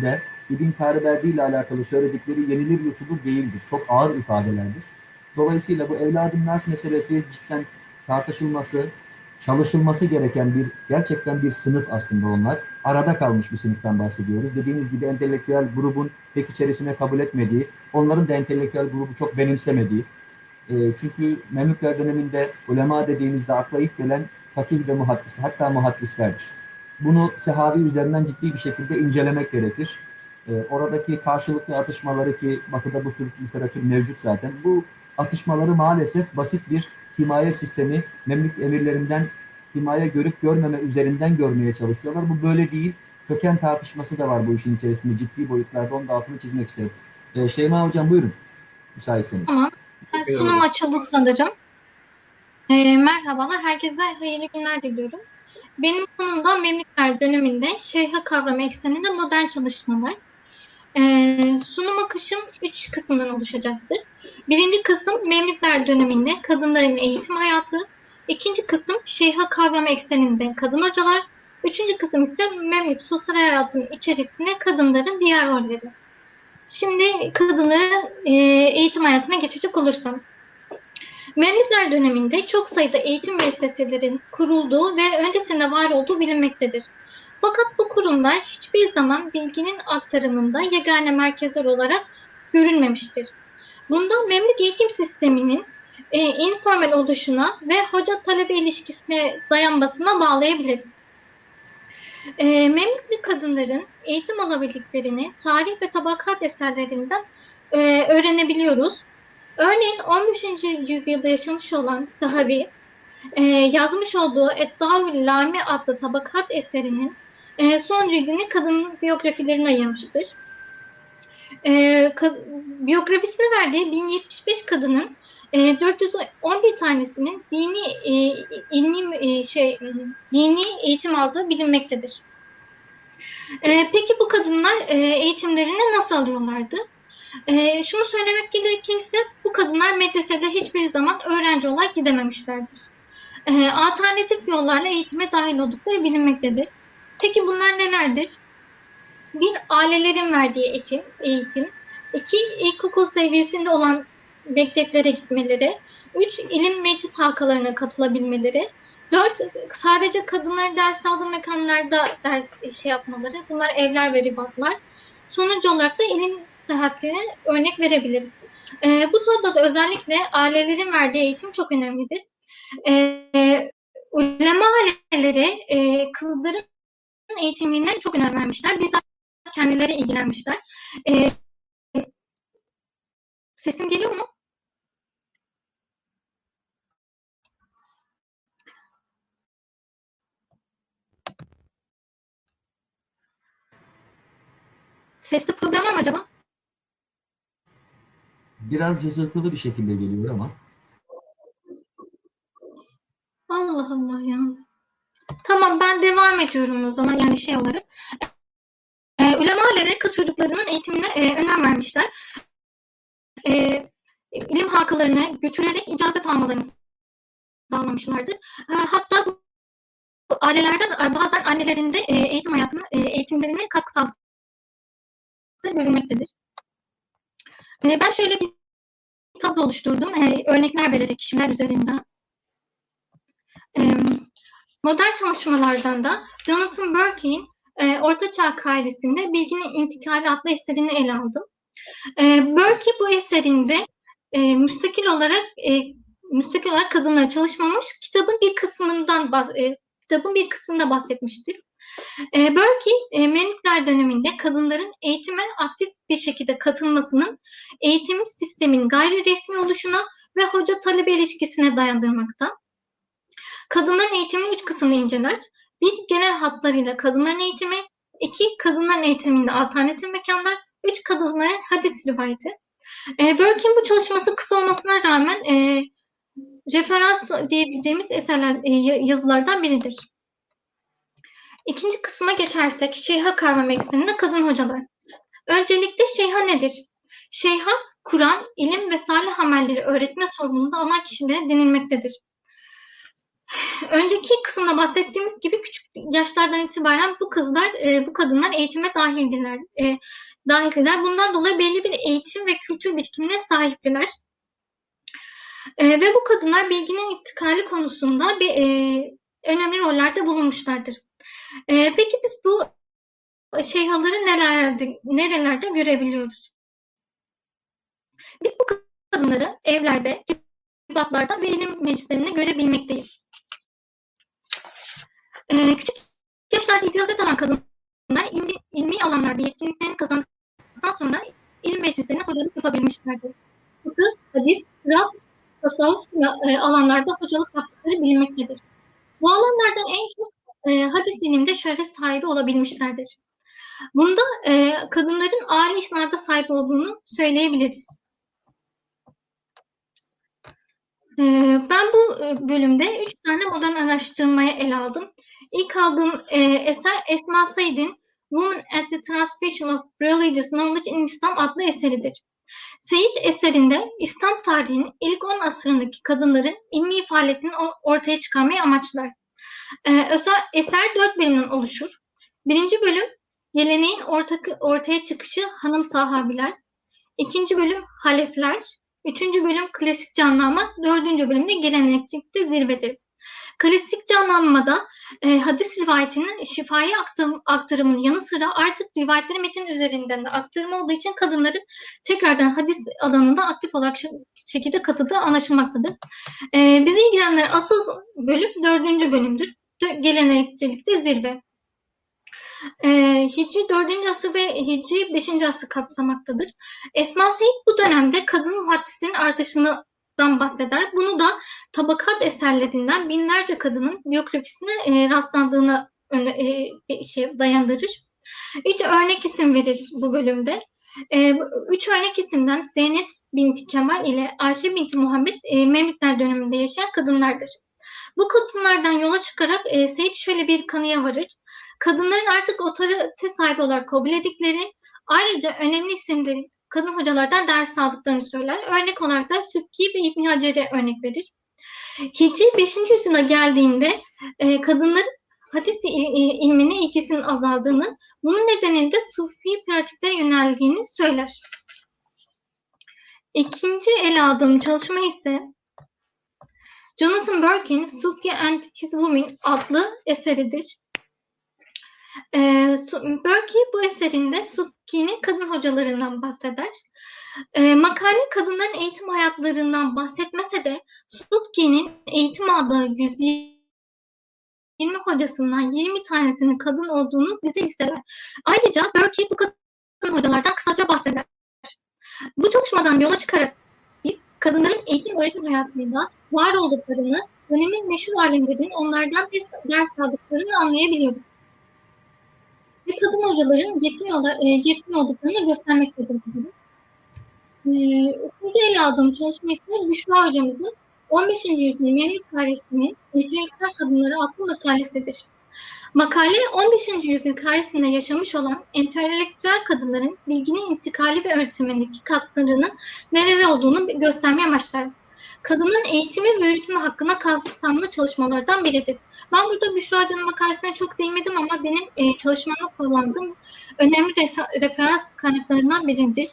İbn Tariberdi ile alakalı söyledikleri yenilir yutulur değildir. Çok ağır ifadelerdir. Dolayısıyla bu evladım nas meselesi cidden tartışılması, çalışılması gereken gerçekten bir sınıf aslında onlar. Arada kalmış bir sınıftan bahsediyoruz. Dediğiniz gibi entelektüel grubun pek içerisine kabul etmediği, onların da entelektüel grubu çok benimsemediği. Çünkü Memlükler döneminde ulema dediğimizde akla ilk gelen fakih ve muhaddis, hatta muhaddislerdir. Bunu Sehavi üzerinden ciddi bir şekilde incelemek gerekir. Oradaki karşılıklı atışmaları, ki Batı'da bu tür literatür mevcut zaten, bu atışmaları maalesef basit bir himaye sistemi, Memlük emirlerinden himaye görüp görmeme üzerinden görmeye çalışıyorlar. Bu böyle değil. Köken tartışması da var bu işin içerisinde ciddi boyutlarda. Onun da altını çizmek isterim. Şeyma Hocam buyurun, müsaitseniz. Tamam. Buyurun Sunum hocam. açıldı sanırım. Merhabalar. Herkese hayırlı günler diliyorum. Benim konumda Memlükler döneminde Şeyha kavramı ekseninde modern çalışmalar. Sunum akışım 3 kısımdan oluşacaktır. Birinci kısım Memlükler döneminde kadınların eğitim hayatı. İkinci kısım Şeyha kavramı ekseninde kadın hocalar. Üçüncü kısım ise Memlük sosyal hayatının içerisinde kadınların diğer rolleri. Şimdi kadınların eğitim hayatına geçecek olursam. Memlükler döneminde çok sayıda eğitim müesseselerin kurulduğu ve öncesinde var olduğu bilinmektedir. Fakat bu kurumlar hiçbir zaman bilginin aktarımında yegane merkezler olarak görülmemiştir. Bundan Memlük eğitim sisteminin informal oluşuna ve hoca-talebe ilişkisine dayanmasına bağlayabiliriz. Memlükli kadınların eğitim alabildiklerini tarih ve tabakat eserlerinden öğrenebiliyoruz. Örneğin 15. yüzyılda yaşamış olan Sahabi yazmış olduğu Eddaül Lami adlı tabakat eserinin son cildini kadın biyografilerine ayırmıştır. Biyografisini verdiği 1075 kadının 411 tanesinin dini eğitim aldığı bilinmektedir. Peki bu kadınlar eğitimlerini nasıl alıyorlardı? Şunu söylemek gerekirse bu kadınlar medresede hiçbir zaman öğrenci olarak gidememişlerdir. Alternatif yollarla eğitime dahil oldukları bilinmektedir. Peki bunlar nelerdir? 1. Ailelerin verdiği eğitim. 2. İlkokul seviyesinde olan mekteplere gitmeleri. 3. İlim meclis halkalarına katılabilmeleri. 4. Sadece kadınların ders aldığı mekanlarda ders yapmaları. Bunlar evler ve ribatlar. Sonucu olarak da ilim seyahatlerine örnek verebiliriz. Bu tabloda özellikle ailelerin verdiği eğitim çok önemlidir. Ulema aileleri kızların eğitimine çok önem vermişler. Bizzat kendileri ilgilenmişler. Sesim geliyor mu? Seste problem var mı acaba? Biraz cızırtılı bir şekilde geliyor ama. Allah Allah ya. Tamam, ben devam ediyorum o zaman, yani şey olarak. Ulema aileleri kız çocuklarının eğitimine önem vermişler. İlim halkalarına götürerek icazet almalarını sağlamışlardı. Hatta bu ailelerden bazen annelerinde eğitim hayatına, eğitimlerine katkı sağladığı görülmektedir. Ben şöyle bir tablo oluşturdum. Örnekler vererek kişiler üzerinden. Modern çalışmalardan da Jonathan Burke'in Orta Çağ Kaidesi'nde Bilginin İntikali adlı eserini ele aldım. Burke bu eserinde müstakil olarak kadınlara çalışmamış, kitabın bir kısmında bahsetmiştir. Burke, Memlükler döneminde kadınların eğitime aktif bir şekilde katılmasının eğitim sistemin gayri resmi oluşuna ve hoca-talebe ilişkisine dayandırmakta. Kadınların eğitimi 3 kısımda inceler. 1. Genel hatlarıyla kadınların eğitimi. 2. Kadınların eğitiminde alternatif mekanlar. 3. Kadınların hadis rivayeti. Burke'in bu çalışması kısa olmasına rağmen referans diyebileceğimiz eserler, yazılardan biridir. İkinci kısma geçersek, Şeyha kavramı ekseninde kadın hocalar. Öncelikle şeyha nedir? Şeyha, Kur'an, ilim ve salih amelleri öğretme sorumluluğunda olan kişilere denilmektedir. Önceki kısımda bahsettiğimiz gibi küçük yaşlardan itibaren bu kadınlar eğitime dahildiler. Dahildiler. Bundan dolayı belli bir eğitim ve kültür birikimine sahiptiler. Ve bu kadınlar bilginin intikali konusunda önemli rollerde bulunmuşlardır. Peki biz bu şeyhaları nerelerde görebiliyoruz? Biz bu kadınları evlerde, irtibatlarda ve ilim meclislerinde görebilmekteyiz. Küçük yaşlarda icazet alan kadınlar ilmi alanlarda yetkinliklerini kazandıktan sonra ilim meclislerine hocalık yapabilmişlerdir. Fıkıh, hadis, kıraat, tasavvuf alanlarda hocalık yaptıkları bilinmektedir. Bu alanlardan en çok hadis ilimde şöhret sahibi olabilmişlerdir. Bunda kadınların âli isnada sahip olduğunu söyleyebiliriz. Ben bu bölümde 3 tane modern araştırmaya ele aldım. İlk aldığım eser Esma Said'in Women at the Transmission of Religious Knowledge in Islam adlı eseridir. Said eserinde İslam tarihinin ilk 10 asrındaki kadınların ilmi faaliyetini ortaya çıkarmayı amaçlar. Eser 4 bölümden oluşur. Birinci bölüm geleneğin ortaya çıkışı hanım sahabiler. İkinci bölüm halefler. Üçüncü bölüm klasik canlanma. Dördüncü bölümde gelenekçilikte zirvedir. Klasik canlanmada hadis rivayetinin şifai aktarımının yanı sıra artık rivayetleri metin üzerinden de aktarım olduğu için kadınların tekrardan hadis alanında aktif olarak şekilde katıldığı anlaşılmaktadır. Bizi ilgilendiren asıl bölüm 4. bölümdür. Gelenekçilikte zirve. Hicri 4. asır ve Hicri 5. asır kapsamaktadır. Esma Said bu dönemde kadın muhaddislerin artışından bahseder. Bunu da tabakat eserlerinden binlerce kadının biyografisine rastlandığına dayandırır. 3 örnek isim verir bu bölümde. 3 örnek isimden Zeynep binti Kemal ile Ayşe binti Muhammed Memlükler döneminde yaşayan kadınlardır. Bu kadınlardan yola çıkarak Said şöyle bir kanıya varır. Kadınların artık otorite sahibi olarak kabul edildikleri, ayrıca önemli isimlerin kadın hocalardan ders aldıklarını söyler. Örnek olarak da Sübki ve İbn Hacer'e örnek verir. Hicri 5. yüzyıla geldiğinde kadınların hadis ilmine ilgisinin azaldığını, bunun nedeninde sufi pratiklere yöneldiğini söyler. İkinci ele aldığım çalışma ise Jonathan Burke'in Subki and His Women adlı eseridir. Burke bu eserinde Subki'nin kadın hocalarından bahseder. Makale kadınların eğitim hayatlarından bahsetmese de Subki'nin eğitim aldığı 120 hocasından 20 tanesinin kadın olduğunu bize listeler. Ayrıca Burke bu kadın hocalardan kısaca bahseder. Bu çalışmadan yola çıkarak biz kadınların eğitim öğretim hayatında var olduklarını, dönemin meşhur alimlerinin onlardan ders aldıklarını anlayabiliyoruz. Ve kadın hocaların yetkin olduklarını göstermektedir. Üçüncü ele aldığım çalışma ise Büşra hocamızın 15. yüzyıl Memlük tarihinin entelektüel kadınları adlı makalesidir. Makale 15. yüzyıl karşısında yaşamış olan entelektüel kadınların bilginin intikali ve öğretimindeki katkılarının neler olduğunu göstermeye amaçlar. Kadının eğitimi ve öğretimi hakkında kapsamlı çalışmalardan biridir. Ben burada Büşra Hoca'nın makalesine çok değinmedim ama benim çalışmamda kullandığım önemli referans kaynaklarından biridir.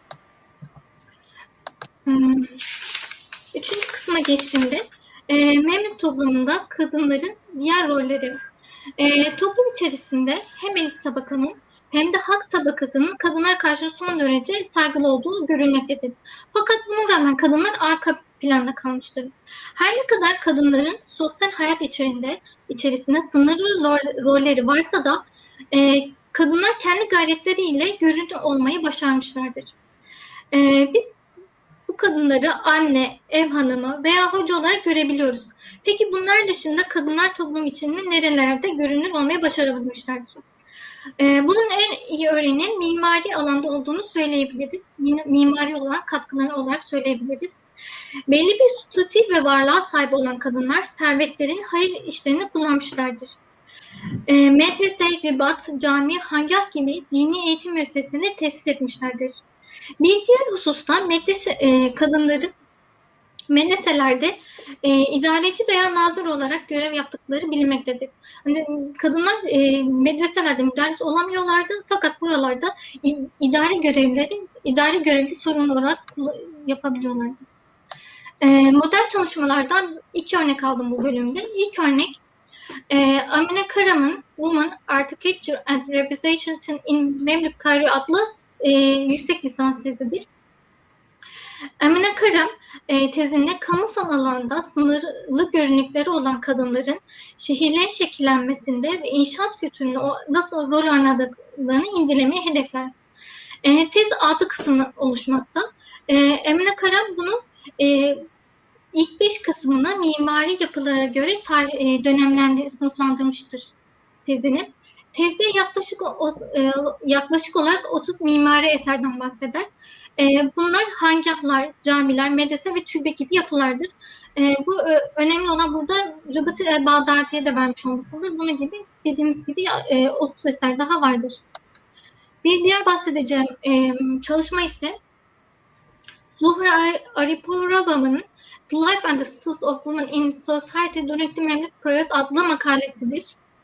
Üçüncü kısma geçtiğimde Memlük toplumunda kadınların diğer rolleri. Toplum içerisinde hem elit tabakanın hem de halk tabakasının kadınlar karşı son derece saygılı olduğu görülmektedir. Fakat buna rağmen kadınlar arka planda kalmıştır. Her ne kadar kadınların sosyal hayat içerisinde sınırlı rolleri varsa da kadınlar kendi gayretleriyle görünür olmayı başarmışlardır. Biz bu kadınları anne, ev hanımı veya hoca olarak görebiliyoruz. Peki bunlar dışında kadınlar toplum içinde nerelerde görünür olmayı başarabilmişlerdir? Bunun en iyi örneğinin mimari alanda olduğunu söyleyebiliriz. Mimari olan katkıları olarak söyleyebiliriz. Belli bir statü ve varlığa sahip olan kadınlar servetlerin hayır işlerini kullanmışlardır. Medrese, ribat, cami, hangah gibi dini eğitim müessesesini tesis etmişlerdir. Bir diğer hususta medrese kadınların medreselerde idareci veya nazır olarak görev yaptıkları bilinmektedir. Hani kadınlar medreselerde müderris olamıyorlardı fakat buralarda idari görevli sorumlu olarak yapabiliyorlardı. Modern çalışmalardan 2 örnek aldım bu bölümde. İlk örnek Amine Karam'ın Women Architecture and Representation in Memlük Cairo adlı yüksek lisans tezidir. Amine Karam tezinde kamusal alanda sınırlı görünükleri olan kadınların şehirlerin şekillenmesinde ve inşaat kültüründe nasıl rol oynadıklarını incelemeyi hedefler. Tez 6 kısmı oluşmakta. Amine Karam bunu ilk 5 kısmını mimari yapılara göre sınıflandırmıştır tezini. Tezde yaklaşık olarak 30 mimari eserden bahseder. Bunlar hangahlar, camiler, medrese ve türbe gibi yapılardır. Bu önemli olan burada Rıbıt-ı Bağdati'ye de vermiş olmasıdır. Bunun gibi dediğimiz gibi 30 eser daha vardır. Bir diğer bahsedeceğim çalışma ise Zuhra Ariporova'nın The Life and the Status of Women in Society during the Memlük Period adlı makalesidir.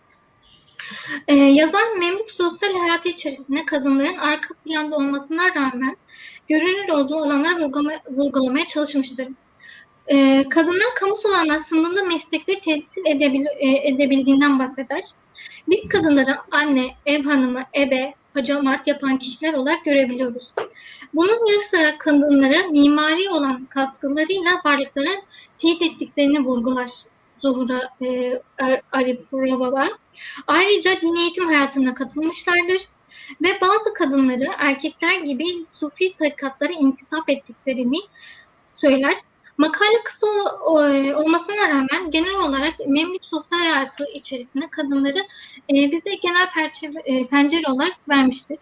Yazar Memlük sosyal hayatı içerisinde kadınların arka planda olmasına rağmen görünür olduğu alanlar vurgulamaya çalışmıştır. Kadınlar kamusal alanda sınırlı meslekleri temsil edebildiğinden bahseder. Biz kadınları anne, ev hanımı, ebe, hacamat yapan kişiler olarak görebiliyoruz. Bunun yanı sıra kadınlara mimari olan katkılarıyla varlıklarını teyit ettiklerini vurgular Zuhra Aripurova. Ayrıca dini eğitim hayatına katılmışlardır ve bazı kadınları erkekler gibi sufi tarikatlara intisap ettiklerini söyler. Makale kısa olmasına rağmen genel olarak Memlük sosyal hayatı içerisinde kadınları bize genel pencere olarak vermiştir.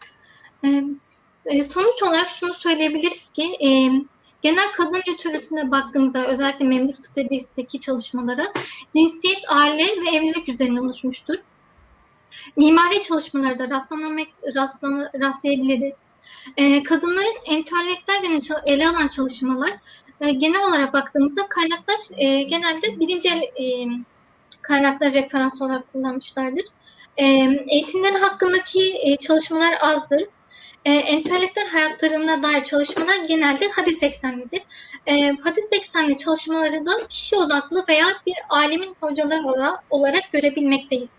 Sonuç olarak şunu söyleyebiliriz ki genel kadın literatürüne baktığımızda özellikle Memlük Studies'teki çalışmalara cinsiyet, aile ve evlilik üzerine oluşmuştur. Mimari çalışmalarda rastlayabiliriz. Kadınların entelektüel yönünü ele alan çalışmalar genel olarak baktığımızda kaynaklar genelde birinci kaynaklar referans olarak kullanmışlardır. Eğitimleri hakkındaki çalışmalar azdır. Entelektüel hayatlarına dair çalışmalar genelde hadis eksenlidir. Hadis eksenli çalışmaları da kişi odaklı veya bir alemin hocaları olarak görebilmekteyiz.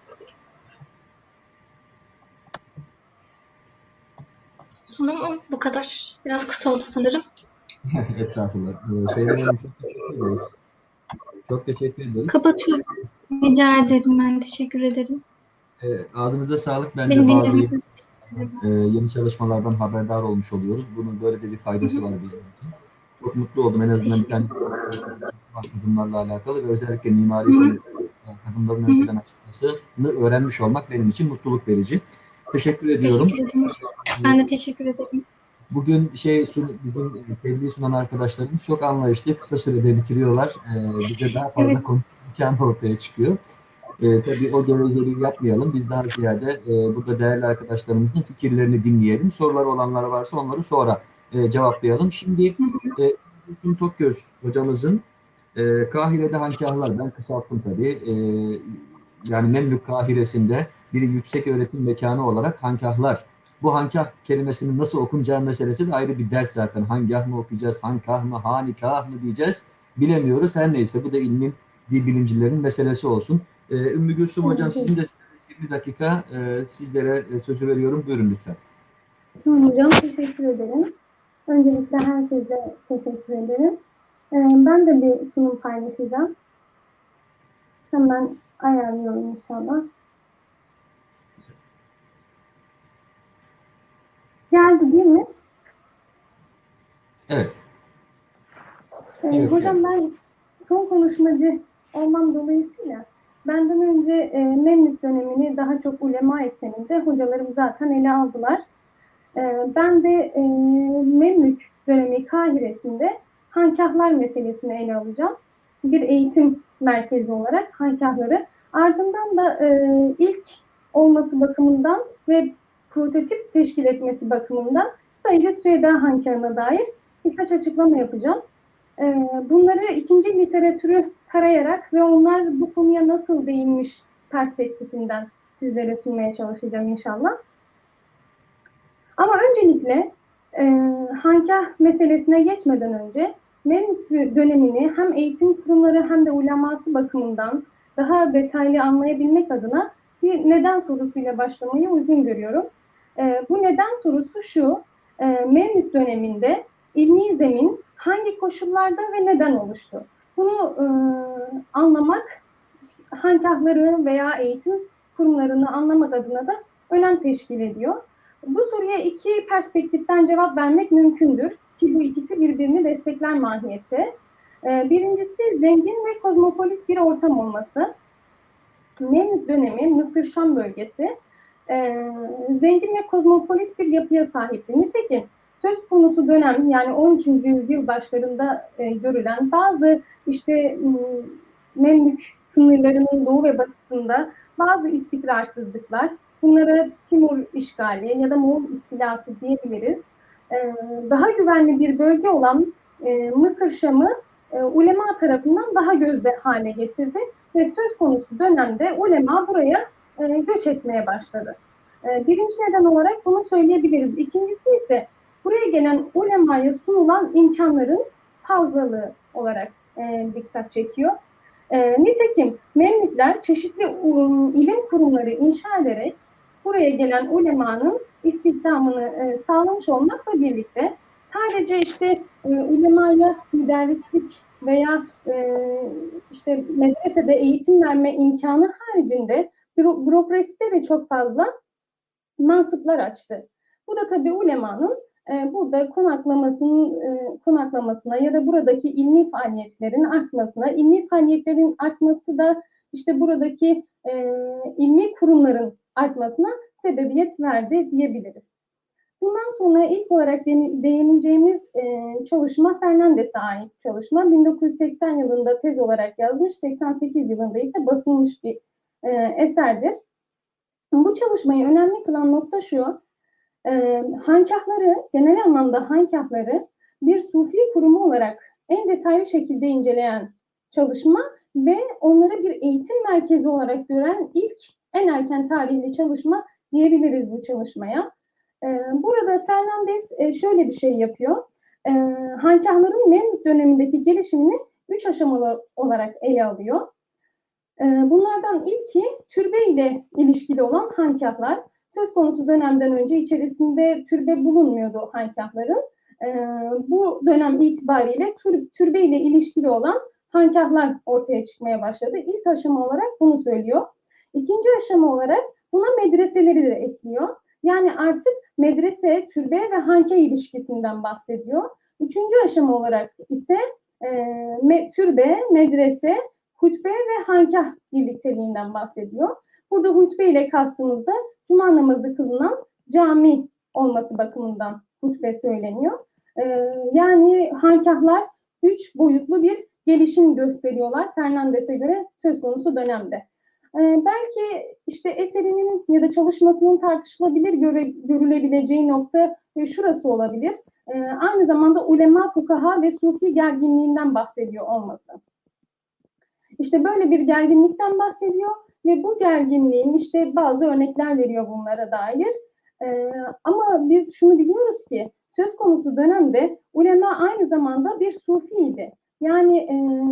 Sunum bu kadar. Biraz kısa oldu sanırım. Estağfurullah. Seyran Hanım çok teşekkür ederiz. Çok teşekkür ederiz. Kapatıyorum. Rica ederim. Ben teşekkür ederim. Ağzınıza sağlık. Bence bazı yeni çalışmalardan haberdar olmuş oluyoruz. Bunun böyle de bir faydası var bizim için. Çok mutlu oldum. En azından bir tane kızımlarla alakalı ve özellikle mimari kadınların önceden açıklasını öğrenmiş olmak benim için mutluluk verici. Teşekkür ediyorum. Teşekkür ederim. Ben de teşekkür ederim. Bugün bizim tebliğ sunan arkadaşlarımız çok anlayışlı. Kısa sürede bitiriyorlar. Bize daha fazla konuşma imkanı ortaya çıkıyor. Tabii o gevezeliği yapmayalım. Biz daha ziyade burada değerli arkadaşlarımızın fikirlerini dinleyelim. Soruları olanlar varsa onları sonra cevaplayalım. Şimdi Gülsüm Tokgöz hocamızın Kahire'de Hankahlar, ben kısalttım tabii. Yani Memlük Kahire'sinde bir yüksek öğretim mekanı olarak Hankahlar. Bu hankah kelimesinin nasıl okunacağı meselesi de ayrı bir ders zaten. Hankah mı okuyacağız, hankah mı, hanikah mı diyeceğiz bilemiyoruz. Her neyse bu da ilmin, dil bilimcilerin meselesi olsun. Ümmü Gülsüm Hocam sizin de 20 dakika sizlere sözü veriyorum. Buyurun lütfen. Hocam teşekkür ederim. Öncelikle herkese teşekkür ederim. Ben de bir sunum paylaşacağım. Hemen ayarlıyorum inşallah. Geldi değil mi? Evet. Hocam ben son konuşmacı olmam dolayısıyla benden önce Memlük dönemini daha çok ulema ekseninde hocalarım zaten ele aldılar. Ben de Memlük dönemi Kahire'sinde hankahlar meselesini ele alacağım. Bir eğitim merkezi olarak hankahları. Ardından da ilk olması bakımından ve prototip teşkil etmesi bakımından Saide Süheyda hankahına dair birkaç açıklama yapacağım. Bunları ikinci literatürü tarayarak ve onlar bu konuya nasıl değinmiş perspektifinden sizlere sunmaya çalışacağım inşallah. Ama öncelikle hankâh meselesine geçmeden önce Memlük dönemini hem eğitim kurumları hem de uleması bakımından daha detaylı anlayabilmek adına bir neden sorusuyla başlamayı uygun görüyorum. Bu neden sorusu şu: Memlük döneminde ilmi zemin hangi koşullarda ve neden oluştu? Bunu anlamak, hankâhları veya eğitim kurumlarını anlamak adına da önem teşkil ediyor. Bu soruya iki perspektiften cevap vermek mümkündür ki bu ikisi birbirini destekler mahiyette. Birincisi zengin ve kozmopolit bir ortam olması. Memlük dönemi Mısır-Şam bölgesi zengin ve kozmopolit bir yapıya sahipti. Nitekim söz konusu dönem, yani 13. yüzyıl başlarında görülen bazı işte Memlük sınırlarının doğu ve batısında bazı istikrarsızlıklar, bunlara Timur işgali ya da Moğol istilası diyebiliriz. Daha güvenli bir bölge olan Mısır Şam'ı ulema tarafından daha gözde hale getirdi ve söz konusu dönemde ulema buraya göç etmeye başladı. Birinci neden olarak bunu söyleyebiliriz. İkincisi ise buraya gelen ulemaya sunulan imkanların fazlalığı olarak dikkat çekiyor. Nitekim Memlükler çeşitli ilim kurumları inşa ederek buraya gelen ulemanın istihdamını sağlamış olmakla birlikte sadece işte ulemaya müderrislik veya işte medresede eğitim verme imkanı haricinde bürokraside de çok fazla mansıplar açtı. Bu da tabii ulemanın burada konaklamasına ya da buradaki ilmi faaliyetlerin artmasına, ilmi faaliyetlerin artması da işte buradaki ilmi kurumların artmasına sebebiyet verdi diyebiliriz. Bundan sonra ilk olarak değineceğimiz çalışma Fernandes'e ait çalışma. 1980 yılında tez olarak yazmış, 88 yılında ise basılmış bir eserdir. Bu çalışmayı önemli kılan nokta şu: hankâhları, genel anlamda hankâhları bir sufi kurumu olarak en detaylı şekilde inceleyen çalışma ve onları bir eğitim merkezi olarak gören ilk en erken tarihli çalışma diyebiliriz bu çalışmaya. Burada Fernandes şöyle bir şey yapıyor. Hankâhların Memlük dönemindeki gelişimini 3 aşamalı olarak ele alıyor. Bunlardan ilki türbe ile ilişkili olan hankâhlar. Söz konusu dönemden önce içerisinde türbe bulunmuyordu hankâhların. Bu dönem itibariyle türbe ile ilişkili olan hankâhlar ortaya çıkmaya başladı. İlk aşama olarak bunu söylüyor. İkinci aşama olarak buna medreseleri de ekliyor. Yani artık medrese, türbe ve hankâh ilişkisinden bahsediyor. Üçüncü aşama olarak ise türbe, medrese, hutbe ve hankâh birlikteliğinden bahsediyor. Burada hutbe ile kastımızda cuma namazı kılınan cami olması bakımından hutbe söyleniyor. Yani hankâhlar 3 boyutlu bir gelişim gösteriyorlar Fernandes'e göre söz konusu dönemde. Belki işte eserinin ya da çalışmasının tartışılabilir görülebileceği nokta şurası olabilir. Aynı zamanda ulema, fukaha ve sufi gerginliğinden bahsediyor olması. İşte böyle bir gerginlikten bahsediyor ve bu gerginliğin işte bazı örnekler veriyor bunlara dair. Ama biz şunu biliyoruz ki söz konusu dönemde ulema aynı zamanda bir sufiydi. Yani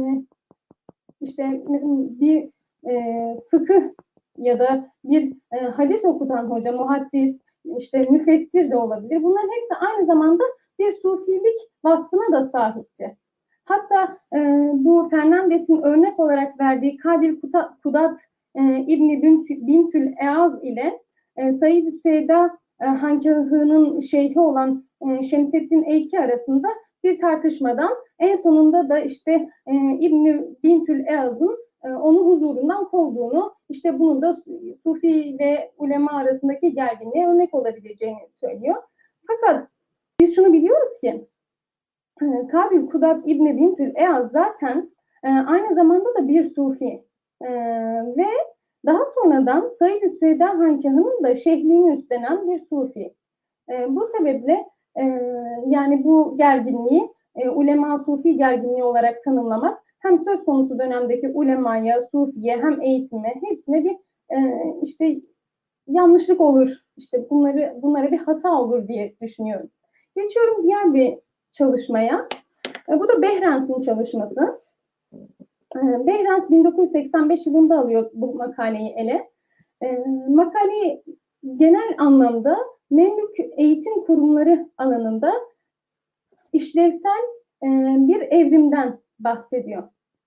işte mesela bir fıkıh ya da bir hadis okutan hoca, muhaddis, işte müfessir de olabilir. Bunların hepsi aynı zamanda bir sufilik vasfına da sahipti. Hatta bu Fernandes'in örnek olarak verdiği Kadil Kudat İbni Bintül Eaz ile Said-i Seyda hankâhının şeyhi olan Şemseddin Eyki arasında bir tartışmadan en sonunda da işte İbni Bintül Eaz'ın onun huzurundan kovduğunu, işte bunun da Sufi ile ulema arasındaki gerginliğe örnek olabileceğini söylüyor. Fakat biz şunu biliyoruz ki Kadil Kudat İbni Bintül Eaz zaten aynı zamanda da bir Sufi ve daha sonradan Said-i Seyda hankâhının da şeyhliğini üstlenen bir Sufi. Bu sebeple yani bu gerginliği ulema sufi gerginliği olarak tanımlamak hem söz konusu dönemdeki ulemaya, sufiye hem eğitime hepsine bir işte yanlışlık olur. İşte bunlara bir hata olur diye düşünüyorum. Geçiyorum diğer bir çalışmaya. Bu da Behrens'in çalışması. Behrens 1985 yılında alıyor bu makaleyi ele. Makale genel anlamda Memlük eğitim kurumları alanında işlevsel bir evrimden bahsediyor.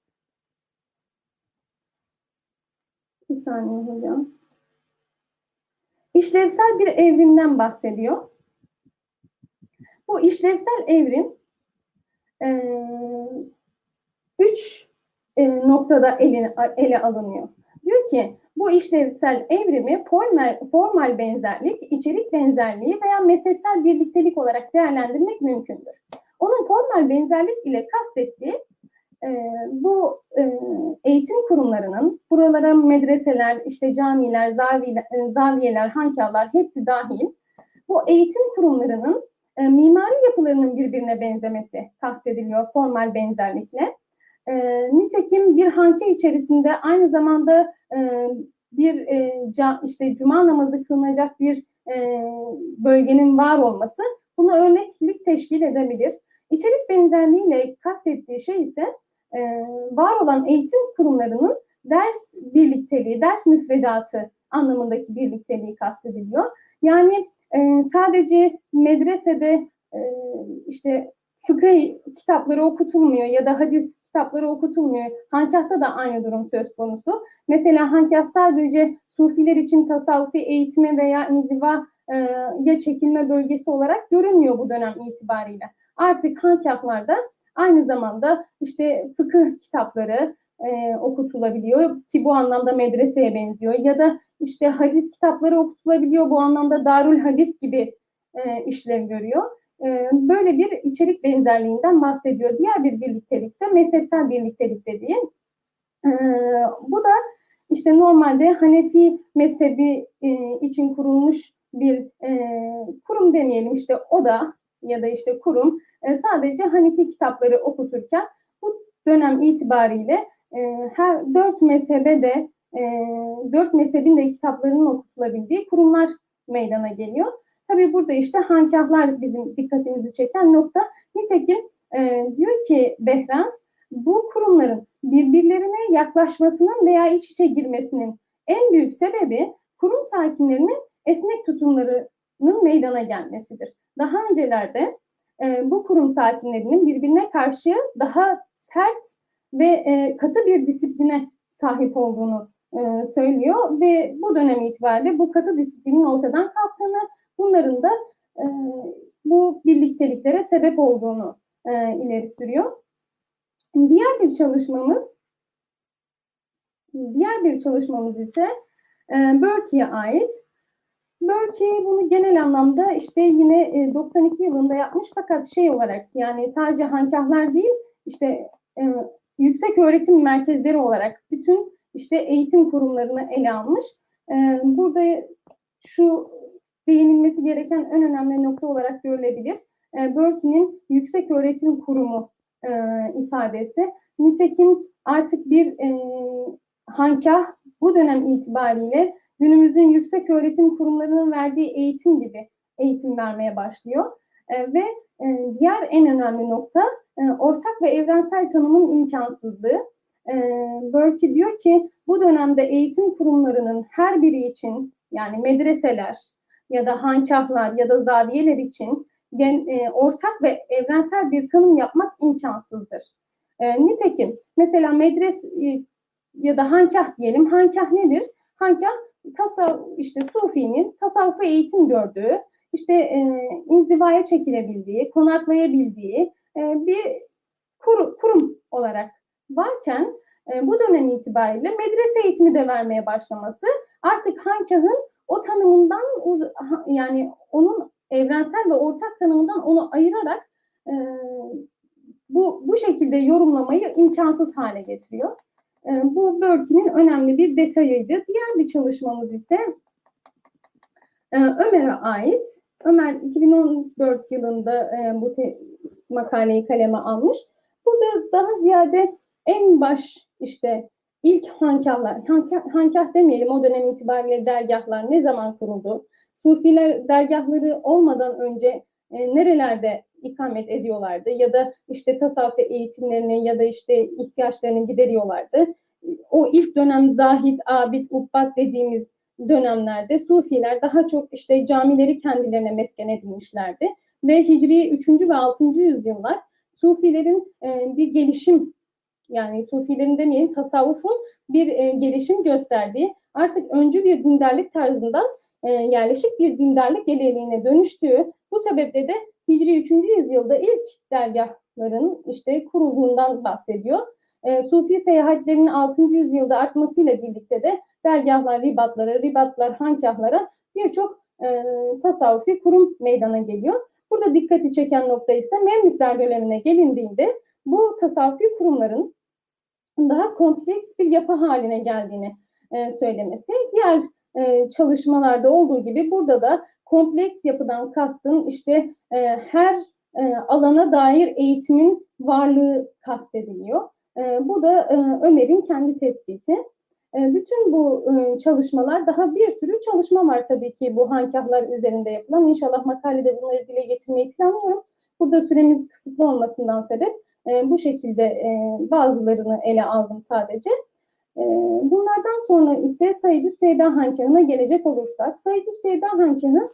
Bir saniye hocam. İşlevsel bir evrimden bahsediyor. Bu işlevsel evrim 3 noktada ele alınıyor. Diyor ki bu işlevsel evrimi formal benzerlik, içerik benzerliği veya mezhepsel birliktelik olarak değerlendirmek mümkündür. Onun formal benzerlik ile kastettiği bu eğitim kurumlarının, buralara medreseler, işte camiler, zaviyeler, hankâhlar hepsi dahil, bu eğitim kurumlarının mimari yapılarının birbirine benzemesi kastediliyor formal benzerlikle. Nitekim bir hanke içerisinde aynı zamanda bir işte cuma namazı kılınacak bir bölgenin var olması buna örneklik teşkil edebilir. İçerik benzerliğiyle kastettiği şey ise var olan eğitim kurumlarının ders birlikteliği, ders müfredatı anlamındaki birlikteliği kastediliyor. Yani sadece medresede işte fıkıh kitapları okutulmuyor ya da hadis kitapları okutulmuyor. Hankâh'ta da aynı durum söz konusu. Mesela hankâh sadece sufiler için tasavvufi eğitimi veya inzivaya çekilme bölgesi olarak görünmüyor bu dönem itibariyle. Artık hankâhlarda aynı zamanda işte fıkıh kitapları okutulabiliyor ki bu anlamda medreseye benziyor ya da işte hadis kitapları okutulabiliyor bu anlamda Darül Hadis gibi işlev görüyor. Böyle bir içerik benzerliğinden bahsediyor. Diğer bir birliktelik ise mezhepsel birliktelik dediği. Bu da işte normalde Hanefi mezhebi için kurulmuş bir kurum demeyelim işte oda ya da işte kurum sadece Hanefi kitapları okuturken bu dönem itibariyle her dört mezhebin de kitaplarının okutulabildiği kurumlar meydana geliyor. Tabii burada işte hankâhlar bizim dikkatimizi çeken nokta. Nitekim diyor ki Behrens, bu kurumların birbirlerine yaklaşmasının veya iç içe girmesinin en büyük sebebi kurum sakinlerinin esnek tutumlarının meydana gelmesidir. Daha öncelerde bu kurum sakinlerinin birbirine karşı daha sert ve katı bir disipline sahip olduğunu söylüyor ve bu dönem itibariyle bu katı disiplinin ortadan kalktığını, bunların da bu birlikteliklere sebep olduğunu ileri sürüyor. Diğer bir çalışmamız ise Burke'ye ait. Burke bunu genel anlamda işte yine 92 yılında yapmış fakat şey olarak yani sadece hankâhlar değil işte yüksek öğretim merkezleri olarak bütün işte eğitim kurumlarını ele almış. Burada şu değinilmesi gereken en önemli nokta olarak görülebilir. Burke'nin yüksek öğretim kurumu ifadesi. Nitekim artık bir hankâh bu dönem itibariyle günümüzün yüksek öğretim kurumlarının verdiği eğitim gibi eğitim vermeye başlıyor. Ve diğer en önemli nokta ortak ve evrensel tanımın imkansızlığı. Burke diyor ki bu dönemde eğitim kurumlarının her biri için yani medreseler ya da hankâhlar ya da zaviyeler için ortak ve evrensel bir tanım yapmak imkansızdır. Nitekim mesela medrese ya da hankâh diyelim. Hankâh nedir? Hankâh işte Sufi'nin tasavvufu eğitim gördüğü, işte inzivaya çekilebildiği, konaklayabildiği bir kurum olarak varken bu dönem itibariyle medrese eğitimi de vermeye başlaması artık hankâhın o tanımından yani onun evrensel ve ortak tanımından onu ayırarak bu şekilde yorumlamayı imkansız hale getiriyor. Bu Burke'nin önemli bir detayıydı. Diğer bir çalışmamız ise Ömer'e ait. Ömer 2014 yılında bu makaleyi kaleme almış. Burada daha ziyade en baş işte ilk hankahlar, hankah demeyelim, o dönem itibariyle dergahlar ne zaman kuruldu? Sufiler dergahları olmadan önce nerelerde ikamet ediyorlardı? Ya da işte tasavvuf eğitimlerini ya da işte ihtiyaçlarını gideriyorlardı. O ilk dönem zahid, abid, ubbat dediğimiz dönemlerde Sufiler daha çok işte camileri kendilerine mesken edinmişlerdi. Ve Hicri 3. ve 6. yüzyıllar Sufilerin bir gelişim, yani Sufilerin demeyelim, tasavvufun bir gelişim gösterdiği, artık öncü bir dindarlık tarzından yerleşik bir dindarlık geleneğine dönüştüğü, bu sebeple de Hicri 3. yüzyılda ilk dergahların işte kurulduğundan bahsediyor. Sufi seyahatlerinin 6. yüzyılda artmasıyla birlikte de dergahlar, ribatlar, hankahlara birçok tasavvufi kurum meydana geliyor. Burada dikkati çeken nokta ise Memlükler dönemine gelindiğinde bu tasavvufi kurumların daha kompleks bir yapı haline geldiğini söylemesi. Diğer çalışmalarda olduğu gibi burada da kompleks yapıdan kastın işte her alana dair eğitimin varlığı kastediliyor. Bu da Ömer'in kendi tespiti. Bütün bu çalışmalar, daha bir sürü çalışma var tabii ki bu hankahlar üzerinde yapılan. İnşallah makalede bunları dile getirmeyi planlıyorum. Burada süremiz kısıtlı olmasından sebep bu şekilde bazılarını ele aldım sadece. Bunlardan sonra ise Said-i Süheyda hankahına gelecek olursak, Said-i Süheyda hankahı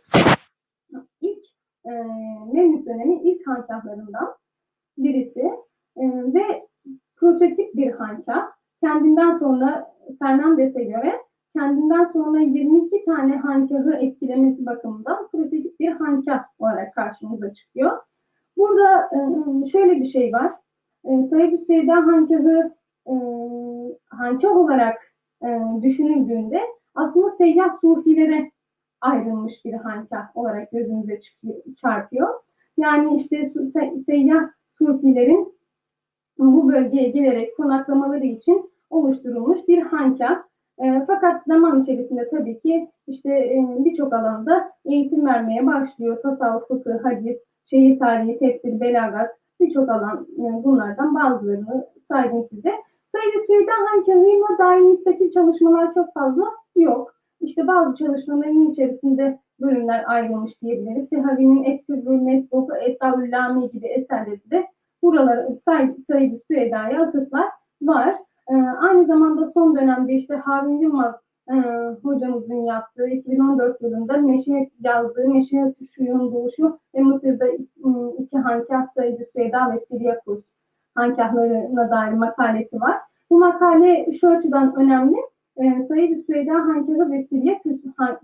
ilk Memlük dönemi ilk hankahlarından birisi ve prototip bir hankah. Kendinden sonra Fernandes'e göre kendinden sonra 22 tane hankahı etkilemesi bakımından prototip bir hankah olarak karşımıza çıkıyor. Burada şöyle bir şey var. Said-i Süheyda hankahı hankah olarak düşünüldüğünde aslında seyyah sufilere ayrılmış bir hankah olarak gözümüze çarpıyor. Yani işte seyyah sufilerin bu bölgeye gelerek konaklamaları için oluşturulmuş bir hankah. Fakat zaman içerisinde tabii ki işte birçok alanda eğitim vermeye başlıyor. Tasavvuf, fıkıh, hadis, şehir tarihi, tefsir, belagat, birçok alan, bunlardan bazılarını saydım size. Said-i Süheyda hankahına dair müstakil çalışmalar çok fazla yok. İşte bazı çalışmaların içerisinde bölümler ayrılmış diyebiliriz. Sehavi'nin Ettübül Mesbuhu, Ettavül Lami gibi eserleri de buralara Said-i Süheyda'ya atıflar var. Aynı zamanda son dönemde işte Harun Yılmaz hocamızın yaptığı 2014 yılında yazdığı Meşihet-i Şuyu'nun doğuşu ve Mısır'da iki hankah Said-i Süheyda ve Siryakus hankahlarına dair makalesi var. Bu makale şu açıdan önemli. Said-i Süheyda hankahı ve Siryakus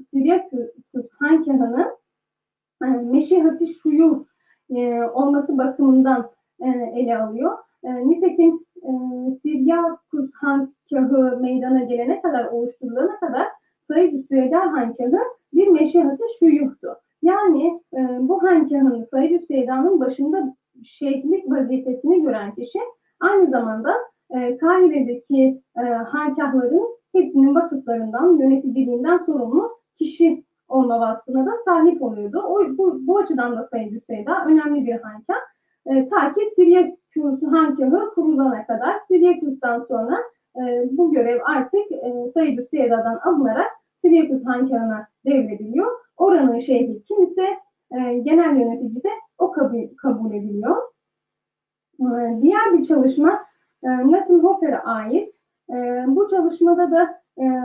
hankahının Meşihet-i Şuyu olması bakımından ele alıyor. Nitekim Siryakus hankahı meydana gelene kadar, oluşturulana kadar Said-i Süheyda hankahı bir meşihet-i şuyuhtu. Yani bu hankahın, Said-i Süheyda'nın başında şeyhlik vazifesini gören kişi aynı zamanda Kahire'deki hankahların hepsinin vakıflarından, yöneticiliğinden sorumlu kişi olma vasfına da sahip oluyordu. Bu açıdan da Said-i Süheyda önemli bir hankah. Ta ki Siryakus hankahı kurulana kadar. Siryakus'tan sonra bu görev artık Said-i Süheyda'dan alınarak Siryakus hankahına devrediliyor. Oranın şeyhi kimse genel yönetici de o kabul ediliyor. Diğer bir çalışma Latin Hopper'a ait. Bu çalışmada da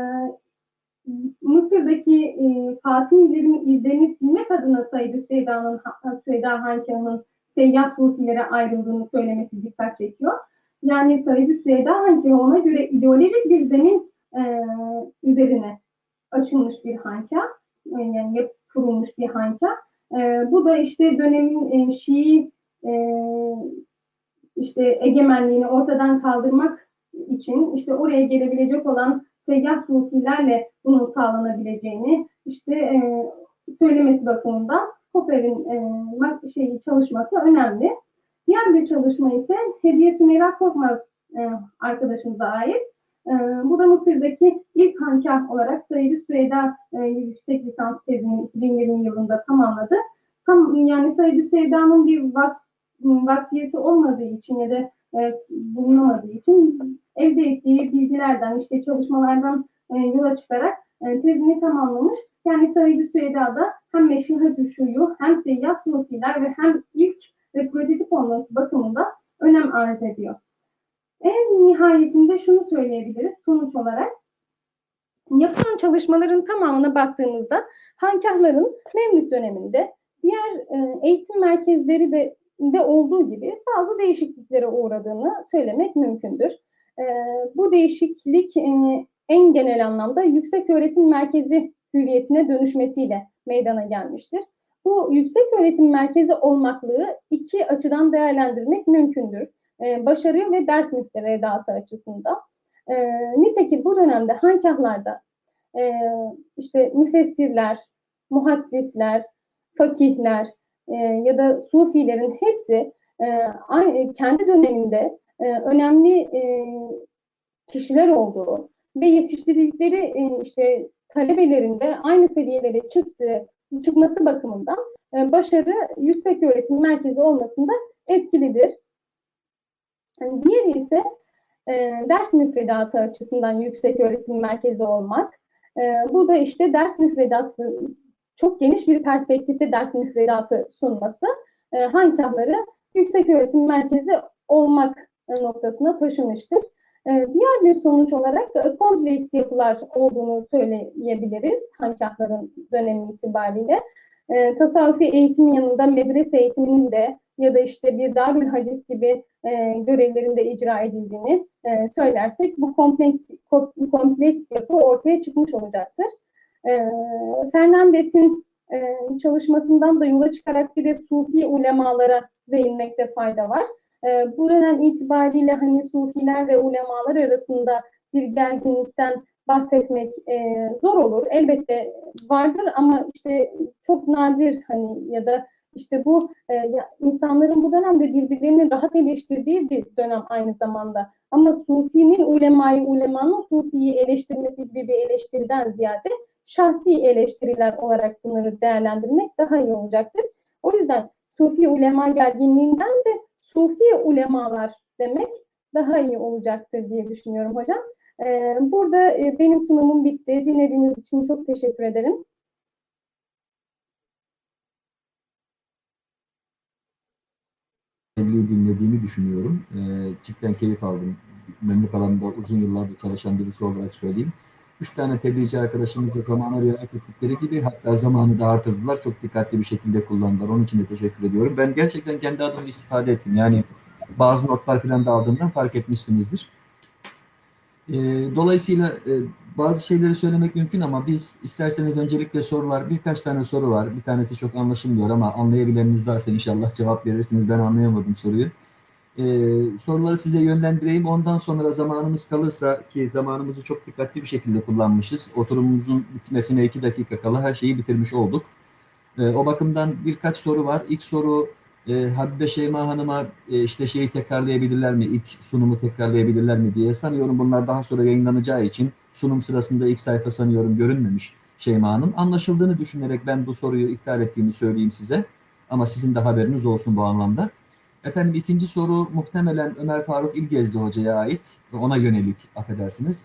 Mısır'daki Fatimilerin izlerini silmek adına Said-i Süheyda hankahının seyyah sufilere ayrıldığını söylemesi dikkat çekiyor. Yani Said-i Süheyda hankahı ona göre ideolojik bir zemin üzerine açılmış bir hankah, yani kurulmuş bir hankah. Bu da işte dönemin Şii işte egemenliğini ortadan kaldırmak için işte oraya gelebilecek olan seyyah sufilerle bunun sağlanabileceğini işte söylemesi bakımından Hopper'in çalışması önemli. Diğer bir çalışma ise Hediye Sümeyra Korkmaz arkadaşımıza ait. Bu da Mısır'daki ilk hankah olarak Said-i Süheyda yüksek lisans tezini 2020 yılında tamamladı. Yani Said-i Süheyda'nın bir vakfiyesi olmadığı için ya da bulunamadığı için elde ettiği bilgilerden, işte çalışmalardan yola çıkarak tezini tamamlamış. Yani Said Süeda'da hem Meşrihat-ı Şuyu, hem Seyyah Sufiler ve hem ilk ve prototip olması bakımında önem arz ediyor. En nihayetinde şunu söyleyebiliriz sonuç olarak. Yapılan çalışmaların tamamına baktığımızda Hankahların Memlük döneminde diğer eğitim merkezleri de olduğu gibi bazı değişikliklere uğradığını söylemek mümkündür. Bu değişiklik en genel anlamda yüksek öğretim merkezi hüviyetine dönüşmesiyle meydana gelmiştir. Bu yüksek öğretim merkezi olmaklığı iki açıdan değerlendirmek mümkündür. Başarı ve ders müfredatı açısından. Nitekim bu dönemde Hankahlarda işte müfessirler, muhaddisler, fakihler ya da sufilerin hepsi kendi döneminde önemli kişiler olduğu ve yetiştirdikleri işte talebelerinde aynı seviyelere çıkması bakımından başarı yüksek öğretim merkezi olmasında etkilidir. Diğeri ise ders müfredatı açısından yüksek öğretim merkezi olmak. Burada işte ders müfredatı, çok geniş bir perspektifte ders müfredatı sunması Hankahları yüksek öğretim merkezi olmak noktasına taşımıştır. Diğer bir sonuç olarak kompleks yapılar olduğunu söyleyebiliriz Hankahların dönemi itibariyle. Tasavvufi eğitimin yanında medrese eğitiminin de ya da işte bir Darül Hadis gibi görevlerinde icra edildiğini söylersek bu kompleks yapı ortaya çıkmış olacaktır. Fernandes'in çalışmasından da yola çıkarak bir de Sufi ulemalara değinmekte fayda var. Bu dönem itibariyle hani Sufiler ve ulemalar arasında bir gerginlikten bahsetmek zor olur. Elbette vardır ama işte çok nadir hani ya da işte bu insanların bu dönemde birbirlerini rahat eleştirdiği bir dönem aynı zamanda. Ama Sufi'nin ulemanın Sufi'yi eleştirmesi gibi bir eleştiriden ziyade şahsi eleştiriler olarak bunları değerlendirmek daha iyi olacaktır. O yüzden Sufi ulema gerginliğindense Sufi ulemalar demek daha iyi olacaktır diye düşünüyorum hocam. Burada benim sunumum bitti. Dinlediğiniz için çok teşekkür ederim. Dinlediğimi düşünüyorum. Cidden keyif aldım. Memlük alanında uzun yıllardır çalışan birisi olarak söyleyeyim. 3 tane tebliğci arkadaşımızla zamana riayet ettikleri gibi hatta zamanı da artırdılar. Çok dikkatli bir şekilde kullandılar. Onun için de teşekkür ediyorum. Ben gerçekten kendi adımda istifade ettim. Yani bazı notlar falan da aldığımdan fark etmişsinizdir. Dolayısıyla bazı şeyleri söylemek mümkün ama biz isterseniz öncelikle sorular, birkaç tane soru var. Bir tanesi çok anlaşılmıyor ama anlayabileniniz varsa inşallah cevap verirsiniz. Ben anlayamadım soruyu. Soruları size yönlendireyim. Ondan sonra zamanımız kalırsa ki zamanımızı çok dikkatli bir şekilde kullanmışız. Oturumumuzun bitmesine 2 dakika kala her şeyi bitirmiş olduk. O bakımdan birkaç soru var. İlk soru Habibe Şeyma Hanım'a işte şeyi tekrarlayabilirler mi, ilk sunumu tekrarlayabilirler mi diye sanıyorum. Bunlar daha sonra yayınlanacağı için sunum sırasında ilk sayfa sanıyorum görünmemiş Şeyma Hanım. Anlaşıldığını düşünerek ben bu soruyu iptal ettiğimi söyleyeyim size. Ama sizin de haberiniz olsun bu anlamda. Efendim ikinci soru muhtemelen Ömer Faruk İlgezdi Hoca'ya ait. Ona yönelik affedersiniz.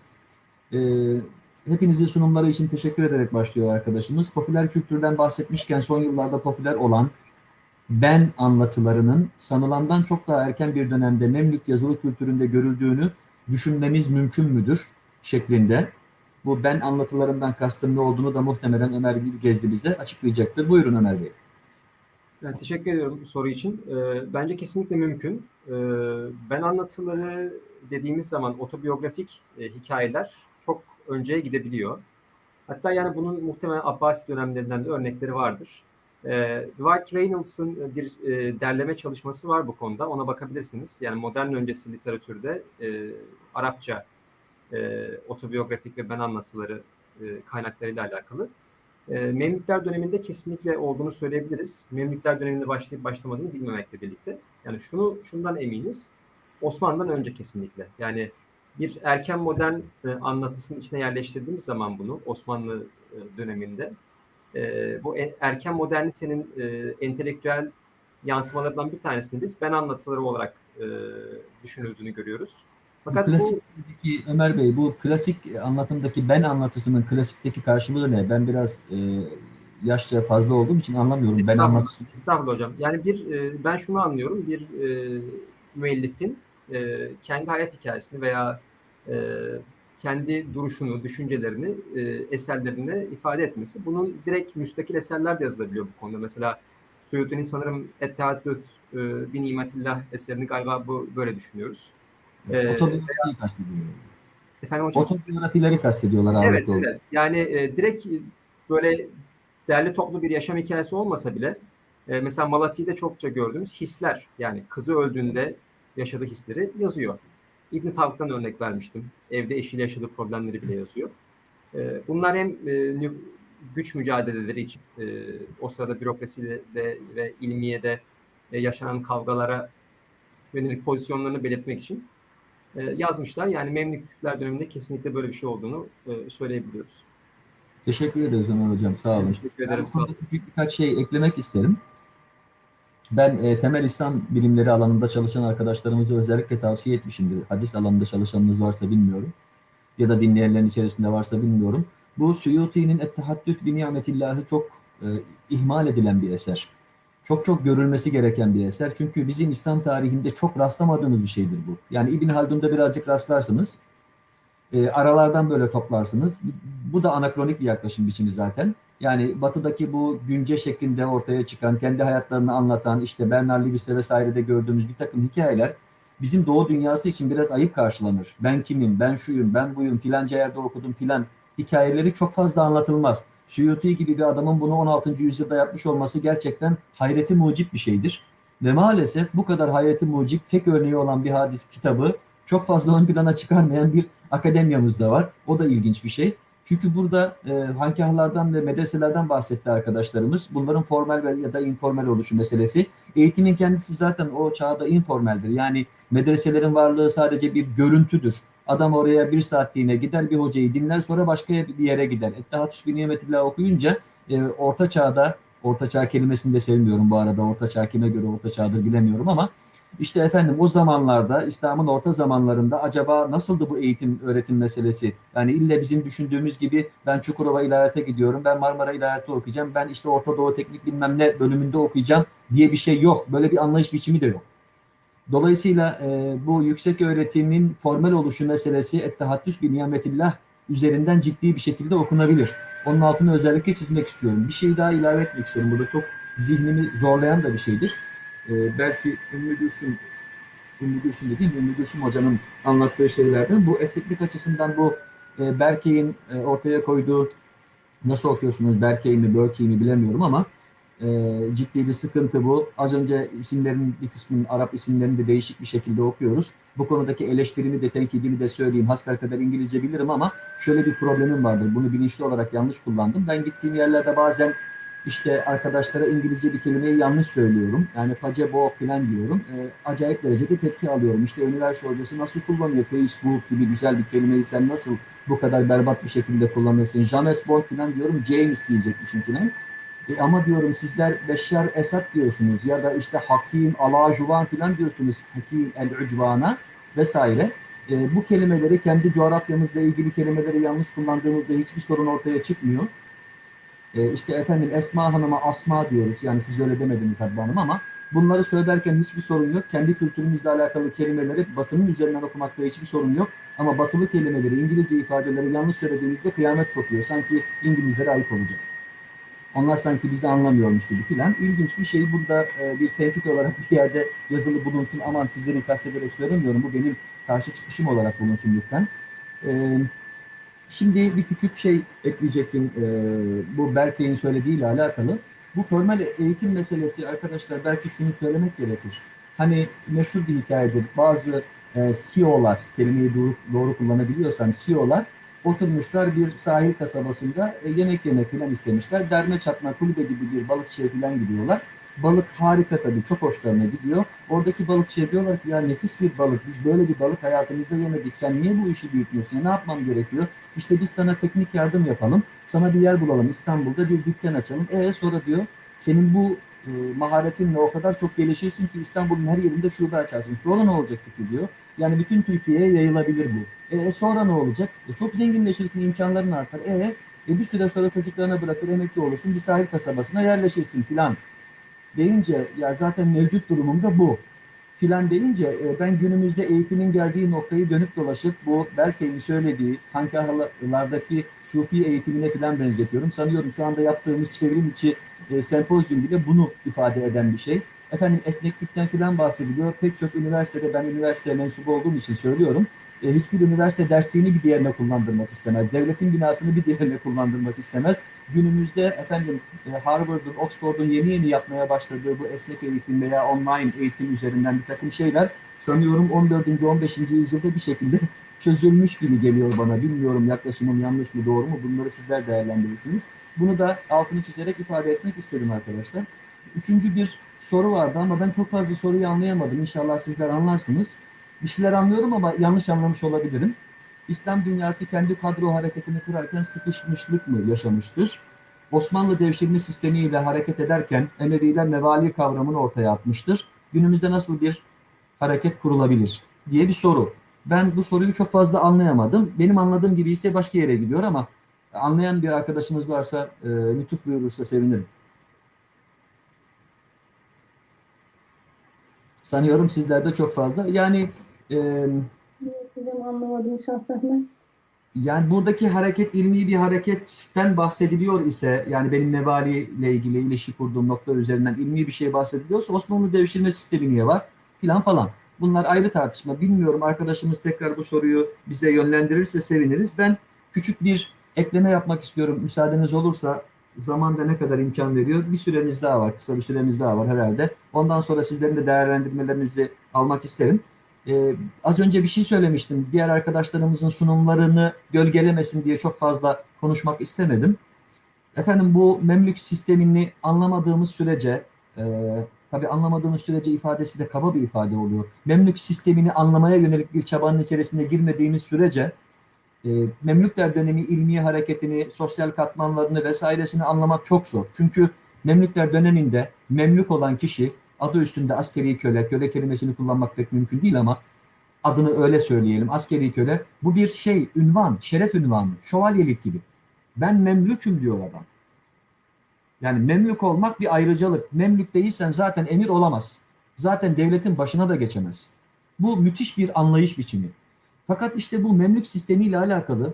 Hepinizin sunumları için teşekkür ederek başlıyor arkadaşımız. Popüler kültürden bahsetmişken son yıllarda popüler olan ben anlatılarının sanılandan çok daha erken bir dönemde Memlük yazılı kültüründe görüldüğünü düşünmemiz mümkün müdür? Şeklinde. Bu ben anlatılarından kastım ne olduğunu da muhtemelen Ömer Gezdi bize açıklayacaktır. Buyurun Ömer Bey. Ben teşekkür ediyorum bu soru için. Bence kesinlikle mümkün. Ben anlatıları dediğimiz zaman otobiyografik hikayeler çok önceye gidebiliyor. Hatta yani bunun muhtemelen Abbasi dönemlerinden de örnekleri vardır. Dwight Reynolds'ın bir derleme çalışması var bu konuda. Ona bakabilirsiniz. Yani modern öncesi literatürde Arapça otobiyografik ve ben anlatıları kaynaklarıyla alakalı. Memlükler döneminde kesinlikle olduğunu söyleyebiliriz. Memlükler döneminde başlayıp başlamadığını bilmemekle birlikte. Yani şundan eminiz. Osmanlı'dan önce kesinlikle. Yani bir erken modern anlatısının içine yerleştirdiğimiz zaman bunu Osmanlı döneminde bu erken modernitenin entelektüel yansımalarından bir tanesini biz ben anlatıları olarak düşünüldüğünü görüyoruz. Bu Fakat bu klasikteki Ömer Bey, bu klasik anlatımdaki ben anlatısının klasikteki karşılığı ne? Ben biraz yaşça fazla olduğum için anlamıyorum. Ben anlatısını. Estağfurullah hocam. Yani ben şunu anlıyorum. Bir müellifin kendi hayat hikayesini veya kendi duruşunu, düşüncelerini eserlerine ifade etmesi. Bunun direkt müstakil eserler de yazılabiliyor bu konuda. Mesela Suyuti'nin sanırım Et-Tehaddüt bi Nimetillah eserini galiba böyle düşünüyoruz. Otobiyografiyi kastediyorlar. Efendim hocam? Otobiyografileri kastediyorlar Evet, ağırlıklı olarak. evet. Yani direkt böyle derli toplu bir yaşam hikayesi olmasa bile mesela Malatya'da çokça gördüğümüz hisler, yani kızı öldüğünde yaşadığı hisleri yazıyor. İbn Tavuk'tan örnek vermiştim. Evde eşiyle yaşadığı problemleri bile yazıyor. Bunlar hem güç mücadeleleri için, o sırada bürokraside de ve ilmiyede yaşanan kavgalara yönelik pozisyonlarını belirtmek için yazmışlar. Yani Memlükler döneminde kesinlikle böyle bir şey olduğunu söyleyebiliyoruz. Teşekkür ederiz Ömer Hocam. Sağ olun. Teşekkür Ben ederim. bu Sağ olun. konuda küçük birkaç şey eklemek isterim. Ben temel İslam bilimleri alanında çalışan arkadaşlarımıza özellikle tavsiye etmişimdir. Hadis alanında çalışanınız varsa bilmiyorum. Ya da dinleyenlerin içerisinde varsa bilmiyorum. Bu Suyuti'nin Et-Tehaddüt bi Ni'metillah'ı çok ihmal edilen bir eser. Çok çok görülmesi gereken bir eser. Çünkü bizim İslam tarihinde çok rastlamadığımız bir şeydir bu. Yani İbn Haldun'da birazcık rastlarsınız. Aralardan böyle toplarsınız. Bu da anakronik bir yaklaşım biçimi zaten. Yani batıdaki bu günce şeklinde ortaya çıkan, kendi hayatlarını anlatan, işte Bernard Lewis'te vesairede gördüğümüz bir takım hikayeler bizim doğu dünyası için biraz ayıp karşılanır. Ben kimim, ben şuyum, ben buyum, filanca yerde okudum filan hikayeleri çok fazla anlatılmaz. Suyuti gibi bir adamın bunu 16. yüzyılda yapmış olması gerçekten hayreti mucip bir şeydir. Ve maalesef bu kadar hayreti mucip tek örneği olan bir hadis kitabı çok fazla ön plana çıkarmayan bir akademiyamız da var. O da ilginç bir şey. Çünkü burada hankâhlardan ve medreselerden bahsetti arkadaşlarımız. Bunların formal ya da informal oluşu meselesi. Eğitimin kendisi zaten o çağda informaldir. Yani medreselerin varlığı sadece bir görüntüdür. Adam oraya bir saatliğine gider, bir hocayı dinler, sonra başka bir yere gider. Et-Tehaddüs bi Nimetillah okuyunca orta çağda, orta çağ kelimesini de sevmiyorum bu arada. Orta çağ kime göre orta çağdır bilemiyorum ama işte efendim o zamanlarda, İslam'ın orta zamanlarında acaba nasıldı bu eğitim, öğretim meselesi? Yani illa bizim düşündüğümüz gibi ben Çukurova İlahiyat'a gidiyorum, ben Marmara İlahiyat'ta okuyacağım, ben işte Orta Doğu Teknik bilmem ne bölümünde okuyacağım diye bir şey yok. Böyle bir anlayış biçimi de yok. Dolayısıyla bu yüksek öğretimin formal oluşu meselesi Et-Tehaddüs bi Nimetillah üzerinden ciddi bir şekilde okunabilir. Onun altını özellikle çizmek istiyorum. Bir şey daha ilave etmek isterim. Bu da çok zihnimi zorlayan da bir şeydir. Belki Ümmü Gülsüm dediğim Ümmü Gülsüm Hoca'nın anlattığı şeylerden bu esneklik açısından bu Berkey'in ortaya koyduğu, nasıl okuyorsunuz Berkey mi Berkey mi bilemiyorum ama ciddi bir sıkıntı bu. Az önce isimlerin bir kısmının Arap isimlerini de değişik bir şekilde okuyoruz. Bu konudaki eleştirimi de tenkidimi de söyleyeyim. Hasbelkader İngilizce bilirim ama şöyle bir problemim vardır. Bunu bilinçli olarak yanlış kullandım. Ben gittiğim yerlerde bazen işte arkadaşlara İngilizce bir kelimeyi yanlış söylüyorum. Yani Facebook falan diyorum. Acayip derecede tepki alıyorum. İşte üniversite hocası nasıl kullanıyor Facebook gibi güzel bir kelimeyi sen nasıl bu kadar berbat bir şekilde kullanırsın? James Bond falan diyorum. James diyecekmişim falan. Ama diyorum sizler Beşşar Esad diyorsunuz ya da işte Hakim Alajuvan falan diyorsunuz. Hakim el-Ucvana vesaire. Bu kelimeleri kendi coğrafyamızla ilgili kelimeleri yanlış kullandığımızda hiçbir sorun ortaya çıkmıyor. İşte efendim Esma Hanım'a Asma diyoruz. Yani siz öyle demediniz Habba Hanım ama bunları söylerken hiçbir sorun yok. Kendi kültürümüzle alakalı kelimeleri Batı'nın üzerinden okumakta hiçbir sorun yok. Ama Batılı kelimeleri, İngilizce ifadeleri yanlış söylediğimizde kıyamet kopuyor. Sanki İngilizlere ayıp olacak. Onlar sanki bizi anlamıyormuş gibi filan. İlginç bir şey. Burada bir tenkit olarak bir yerde yazılı bulunsun. Aman sizleri kastederek söylemiyorum. Bu benim karşı çıkışım olarak bulunsun lütfen. Şimdi bir küçük şey ekleyecektim bu Berkey'in söylediğiyle alakalı. Bu formal eğitim meselesi arkadaşlar belki şunu söylemek gerekir. Hani meşhur bir hikayedir. Bazı CEO'lar, kelimeyi doğru kullanabiliyorsam CEO'lar oturmuşlar bir sahil kasabasında yemek yemek falan istemişler. Derme çatma kulübe gibi bir balıkçıya falan gidiyorlar. Balık harika tabii, çok hoşlarına gidiyor. Oradaki balıkçıya diyorlar ki ya nefis bir balık, biz böyle bir balık hayatımızda yemedik. Sen niye bu işi büyütmüyorsun? Ne yapmam gerekiyor? İşte biz sana teknik yardım yapalım. Sana bir yer bulalım. İstanbul'da bir dükkan açalım. Sonra diyor senin bu maharetinle o kadar çok gelişirsin ki İstanbul'un her yerinde şube açarsın. Sonra ne olacak peki diyor. Yani bütün Türkiye'ye yayılabilir bu. Sonra ne olacak? Çok zenginleşirsin, imkanların artar. Bir süre sonra çocuklarına bırakır, emekli olursun, bir sahil kasabasına yerleşirsin filan deyince ya zaten mevcut durumumda bu filan deyince ben günümüzde eğitimin geldiği noktayı dönüp dolaşıp bu Berkey'in söylediği Ankaralardaki Sufi eğitimine filan benzetiyorum. Sanıyorum şu anda yaptığımız çevrim içi sempozyum bile bunu ifade eden bir şey. Efendim esneklikten filan bahsediliyor. Pek çok üniversitede ben üniversiteye mensup olduğum için söylüyorum. Hiçbir üniversite dersliğini bir diğerine kullandırmak istemez. Devletin binasını bir diğerine kullandırmak istemez. Günümüzde efendim Harvard'ın, Oxford'un yeni yapmaya başladığı bu esnek eğitim veya online eğitim üzerinden bir takım şeyler sanıyorum 14. 15. yüzyılda bir şekilde çözülmüş gibi geliyor bana. Bilmiyorum yaklaşımım yanlış mı doğru mu? Bunları sizler değerlendirirsiniz. Bunu da altını çizerek ifade etmek istedim arkadaşlar. Üçüncü bir soru vardı ama ben çok fazla soruyu anlayamadım. İnşallah sizler anlarsınız. Bir şeyler anlıyorum ama yanlış anlamış olabilirim. İslam dünyası kendi kadro hareketini kurarken sıkışmışlık mı yaşamıştır? Osmanlı devşirme sistemiyle hareket ederken Emeviler mevali kavramını ortaya atmıştır. Günümüzde nasıl bir hareket kurulabilir diye bir soru. Ben bu soruyu çok fazla anlayamadım. Benim anladığım gibi ise başka yere gidiyor ama anlayan bir arkadaşımız varsa lütuf buyurursa sevinirim. Sanıyorum sizlerde çok fazla. Yani anlamadım şahsen. Yani buradaki hareket ilmi bir hareketten bahsediliyor ise yani benim Mevali ile ilgili ilişki kurduğum nokta üzerinden ilmi bir şey bahsediliyorsa Osmanlı devşirme sistemi niye var filan falan. Bunlar ayrı tartışma. Bilmiyorum arkadaşımız tekrar bu soruyu bize yönlendirirse seviniriz. Ben küçük bir ekleme yapmak istiyorum. Müsaadeniz olursa zamanda ne kadar imkan veriyor? Bir süremiz daha var. Kısa bir süremiz daha var herhalde. Ondan sonra sizlerin de değerlendirmelerinizi almak isterim. Az önce bir şey söylemiştim. Diğer arkadaşlarımızın sunumlarını gölgelemesin diye çok fazla konuşmak istemedim. Efendim bu Memlük sistemini anlamadığımız sürece, tabii anlamadığımız sürece ifadesi de kaba bir ifade oluyor. Memlük sistemini anlamaya yönelik bir çabanın içerisine girmediğimiz sürece Memlükler dönemi ilmi hareketini, sosyal katmanlarını vesairesini anlamak çok zor. Çünkü Memlükler döneminde Memlük olan kişi adı üstünde askeri köle, köle kelimesini kullanmak pek mümkün değil ama adını öyle söyleyelim, askeri köle. Bu bir şey, ünvan, şeref ünvanı, şövalyelik gibi. Ben Memlüküm diyor adam. Yani Memlük olmak bir ayrıcalık. Memlük değilsen zaten emir olamazsın. Zaten devletin başına da geçemezsin. Bu müthiş bir anlayış biçimi. Fakat işte bu Memlük sistemiyle alakalı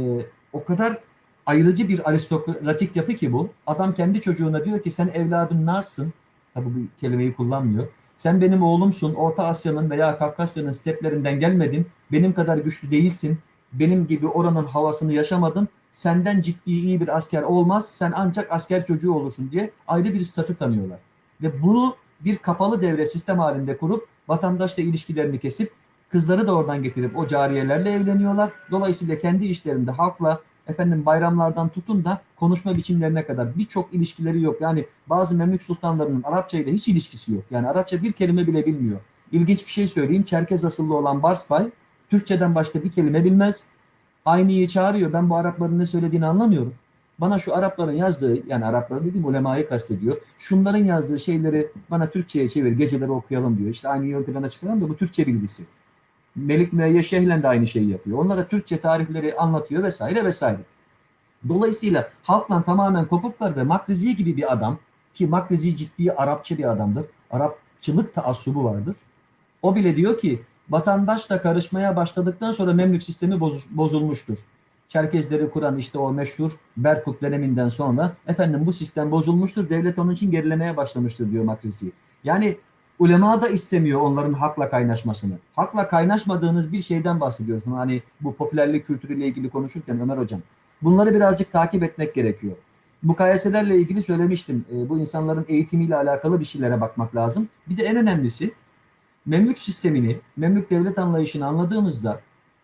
o kadar ayrıcı bir aristokratik yapı ki bu. Adam kendi çocuğuna diyor ki sen evladın nasılsın? Tabii bu kelimeyi kullanmıyor. Sen benim oğlumsun. Orta Asya'nın veya Kafkasya'nın steplerinden gelmedin. Benim kadar güçlü değilsin. Benim gibi oranın havasını yaşamadın. Senden ciddi iyi bir asker olmaz. Sen ancak asker çocuğu olursun diye ayrı bir statü tanıyorlar. Ve bunu bir kapalı devre sistem halinde kurup vatandaşla ilişkilerini kesip kızları da oradan getirip o cariyelerle evleniyorlar. Dolayısıyla kendi işlerinde halkla efendim bayramlardan tutun da konuşma biçimlerine kadar birçok ilişkileri yok. Yani bazı Memlük sultanlarının Arapça ile hiç ilişkisi yok. Yani Arapça bir kelime bile bilmiyor. İlginç bir şey söyleyeyim. Çerkez asıllı olan Barsbay Türkçeden başka bir kelime bilmez. Aynıyı çağırıyor. Ben bu Arapların ne söylediğini anlamıyorum. Bana şu Arapların yazdığı, yani Arapların dediğim ulemayı kastediyor. Şunların yazdığı şeyleri bana Türkçe'ye çevir, geceleri okuyalım diyor. İşte aynı ön plana çıkaran da bu Türkçe bilgisi. Melik Müeyye Şehlen de aynı şeyi yapıyor. Onlara Türkçe tarihleri anlatıyor vesaire vesaire. Dolayısıyla halkla tamamen kopuklar ve Makrizi gibi bir adam ki Makrizi ciddi Arapça bir adamdır. Arapçılık taassubu vardır. O bile diyor ki vatandaşla karışmaya başladıktan sonra Memlük sistemi bozulmuştur. Çerkezleri kuran işte o meşhur Berkut döneminden sonra efendim bu sistem bozulmuştur. Devlet onun için gerilemeye başlamıştır diyor Makrizi. Yani ulema da istemiyor onların hakla kaynaşmasını. Hakla kaynaşmadığınız bir şeyden bahsediyorsun. Hani bu popülerlik kültürüyle ilgili konuşurken Ömer Hocam. Bunları birazcık takip etmek gerekiyor. Mukayeselerle ilgili söylemiştim. Bu insanların eğitimiyle alakalı bir şeylere bakmak lazım. Bir de en önemlisi Memlük sistemini, Memlük devlet anlayışını anladığımızda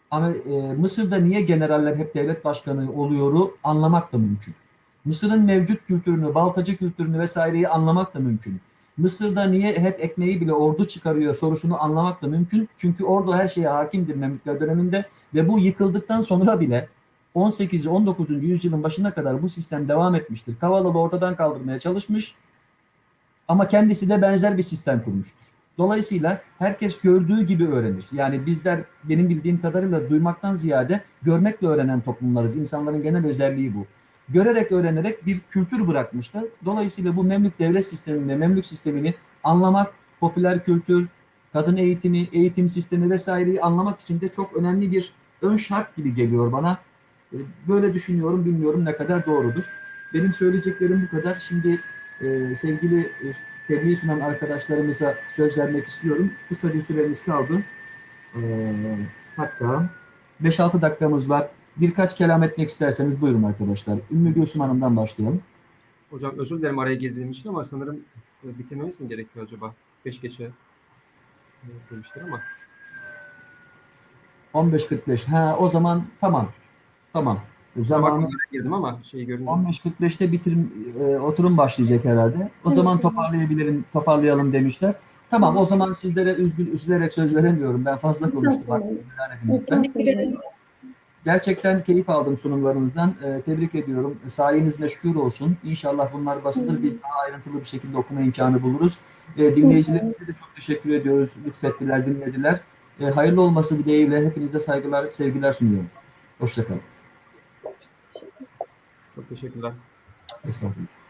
Mısır'da niye generaller hep devlet başkanı oluyoru anlamak da mümkün. Mısır'ın mevcut kültürünü, baltacı kültürünü vesaireyi anlamak da mümkün. Mısır'da niye hep ekmeği bile ordu çıkarıyor sorusunu anlamak da mümkün. Çünkü ordu her şeye hakimdir Memlükler döneminde ve bu yıkıldıktan sonra bile 18. 19. yüzyılın başına kadar bu sistem devam etmiştir. Kavalalı ortadan kaldırmaya çalışmış. Ama kendisi de benzer bir sistem kurmuştur. Dolayısıyla herkes gördüğü gibi öğrenir. Yani bizler benim bildiğim kadarıyla duymaktan ziyade görmekle öğrenen toplumlarız. İnsanların genel özelliği bu. Görerek öğrenerek bir kültür bırakmışlar. Dolayısıyla bu Memlük devlet sistemini, Memlük sistemini anlamak, popüler kültür, kadın eğitimi, eğitim sistemi vesaireyi anlamak için de çok önemli bir ön şart gibi geliyor bana. Böyle düşünüyorum, bilmiyorum ne kadar doğrudur. Benim söyleyeceklerim bu kadar. Şimdi sevgili tebliğ sunan arkadaşlarımıza söz vermek istiyorum. Kısa bir süremiz kaldı. Hatta 5-6 dakikamız var. Birkaç kelam etmek isterseniz buyurun arkadaşlar. Ümmü Gülsüm Hanım'dan başlayalım. Hocam özür dilerim araya girdiğim için ama sanırım bitirmemiz mi gerekiyor acaba? 5 geçe demişler ama. 15.45. Ha, o zaman tamam. Tamam. Zamanı Girdim ama şeyi görünce. 15.45'te oturum başlayacak herhalde. O zaman toparlayalım demişler. Tamam, o zaman sizlere üzülerek söz veremiyorum. Ben fazla konuştum. Teşekkür ederiz. Gerçekten keyif aldım sunumlarınızdan. Tebrik ediyorum. Sayeniz meşgul olsun. İnşallah bunlar basılır. Biz daha ayrıntılı bir şekilde okuma imkanı buluruz. Dinleyicilerimize de çok teşekkür ediyoruz. Lütfettiler, dinlediler. Hayırlı olması dileğiyle hepinize saygılar, sevgiler sunuyorum. Hoşça kalın. Çok teşekkürler. Estağfurullah.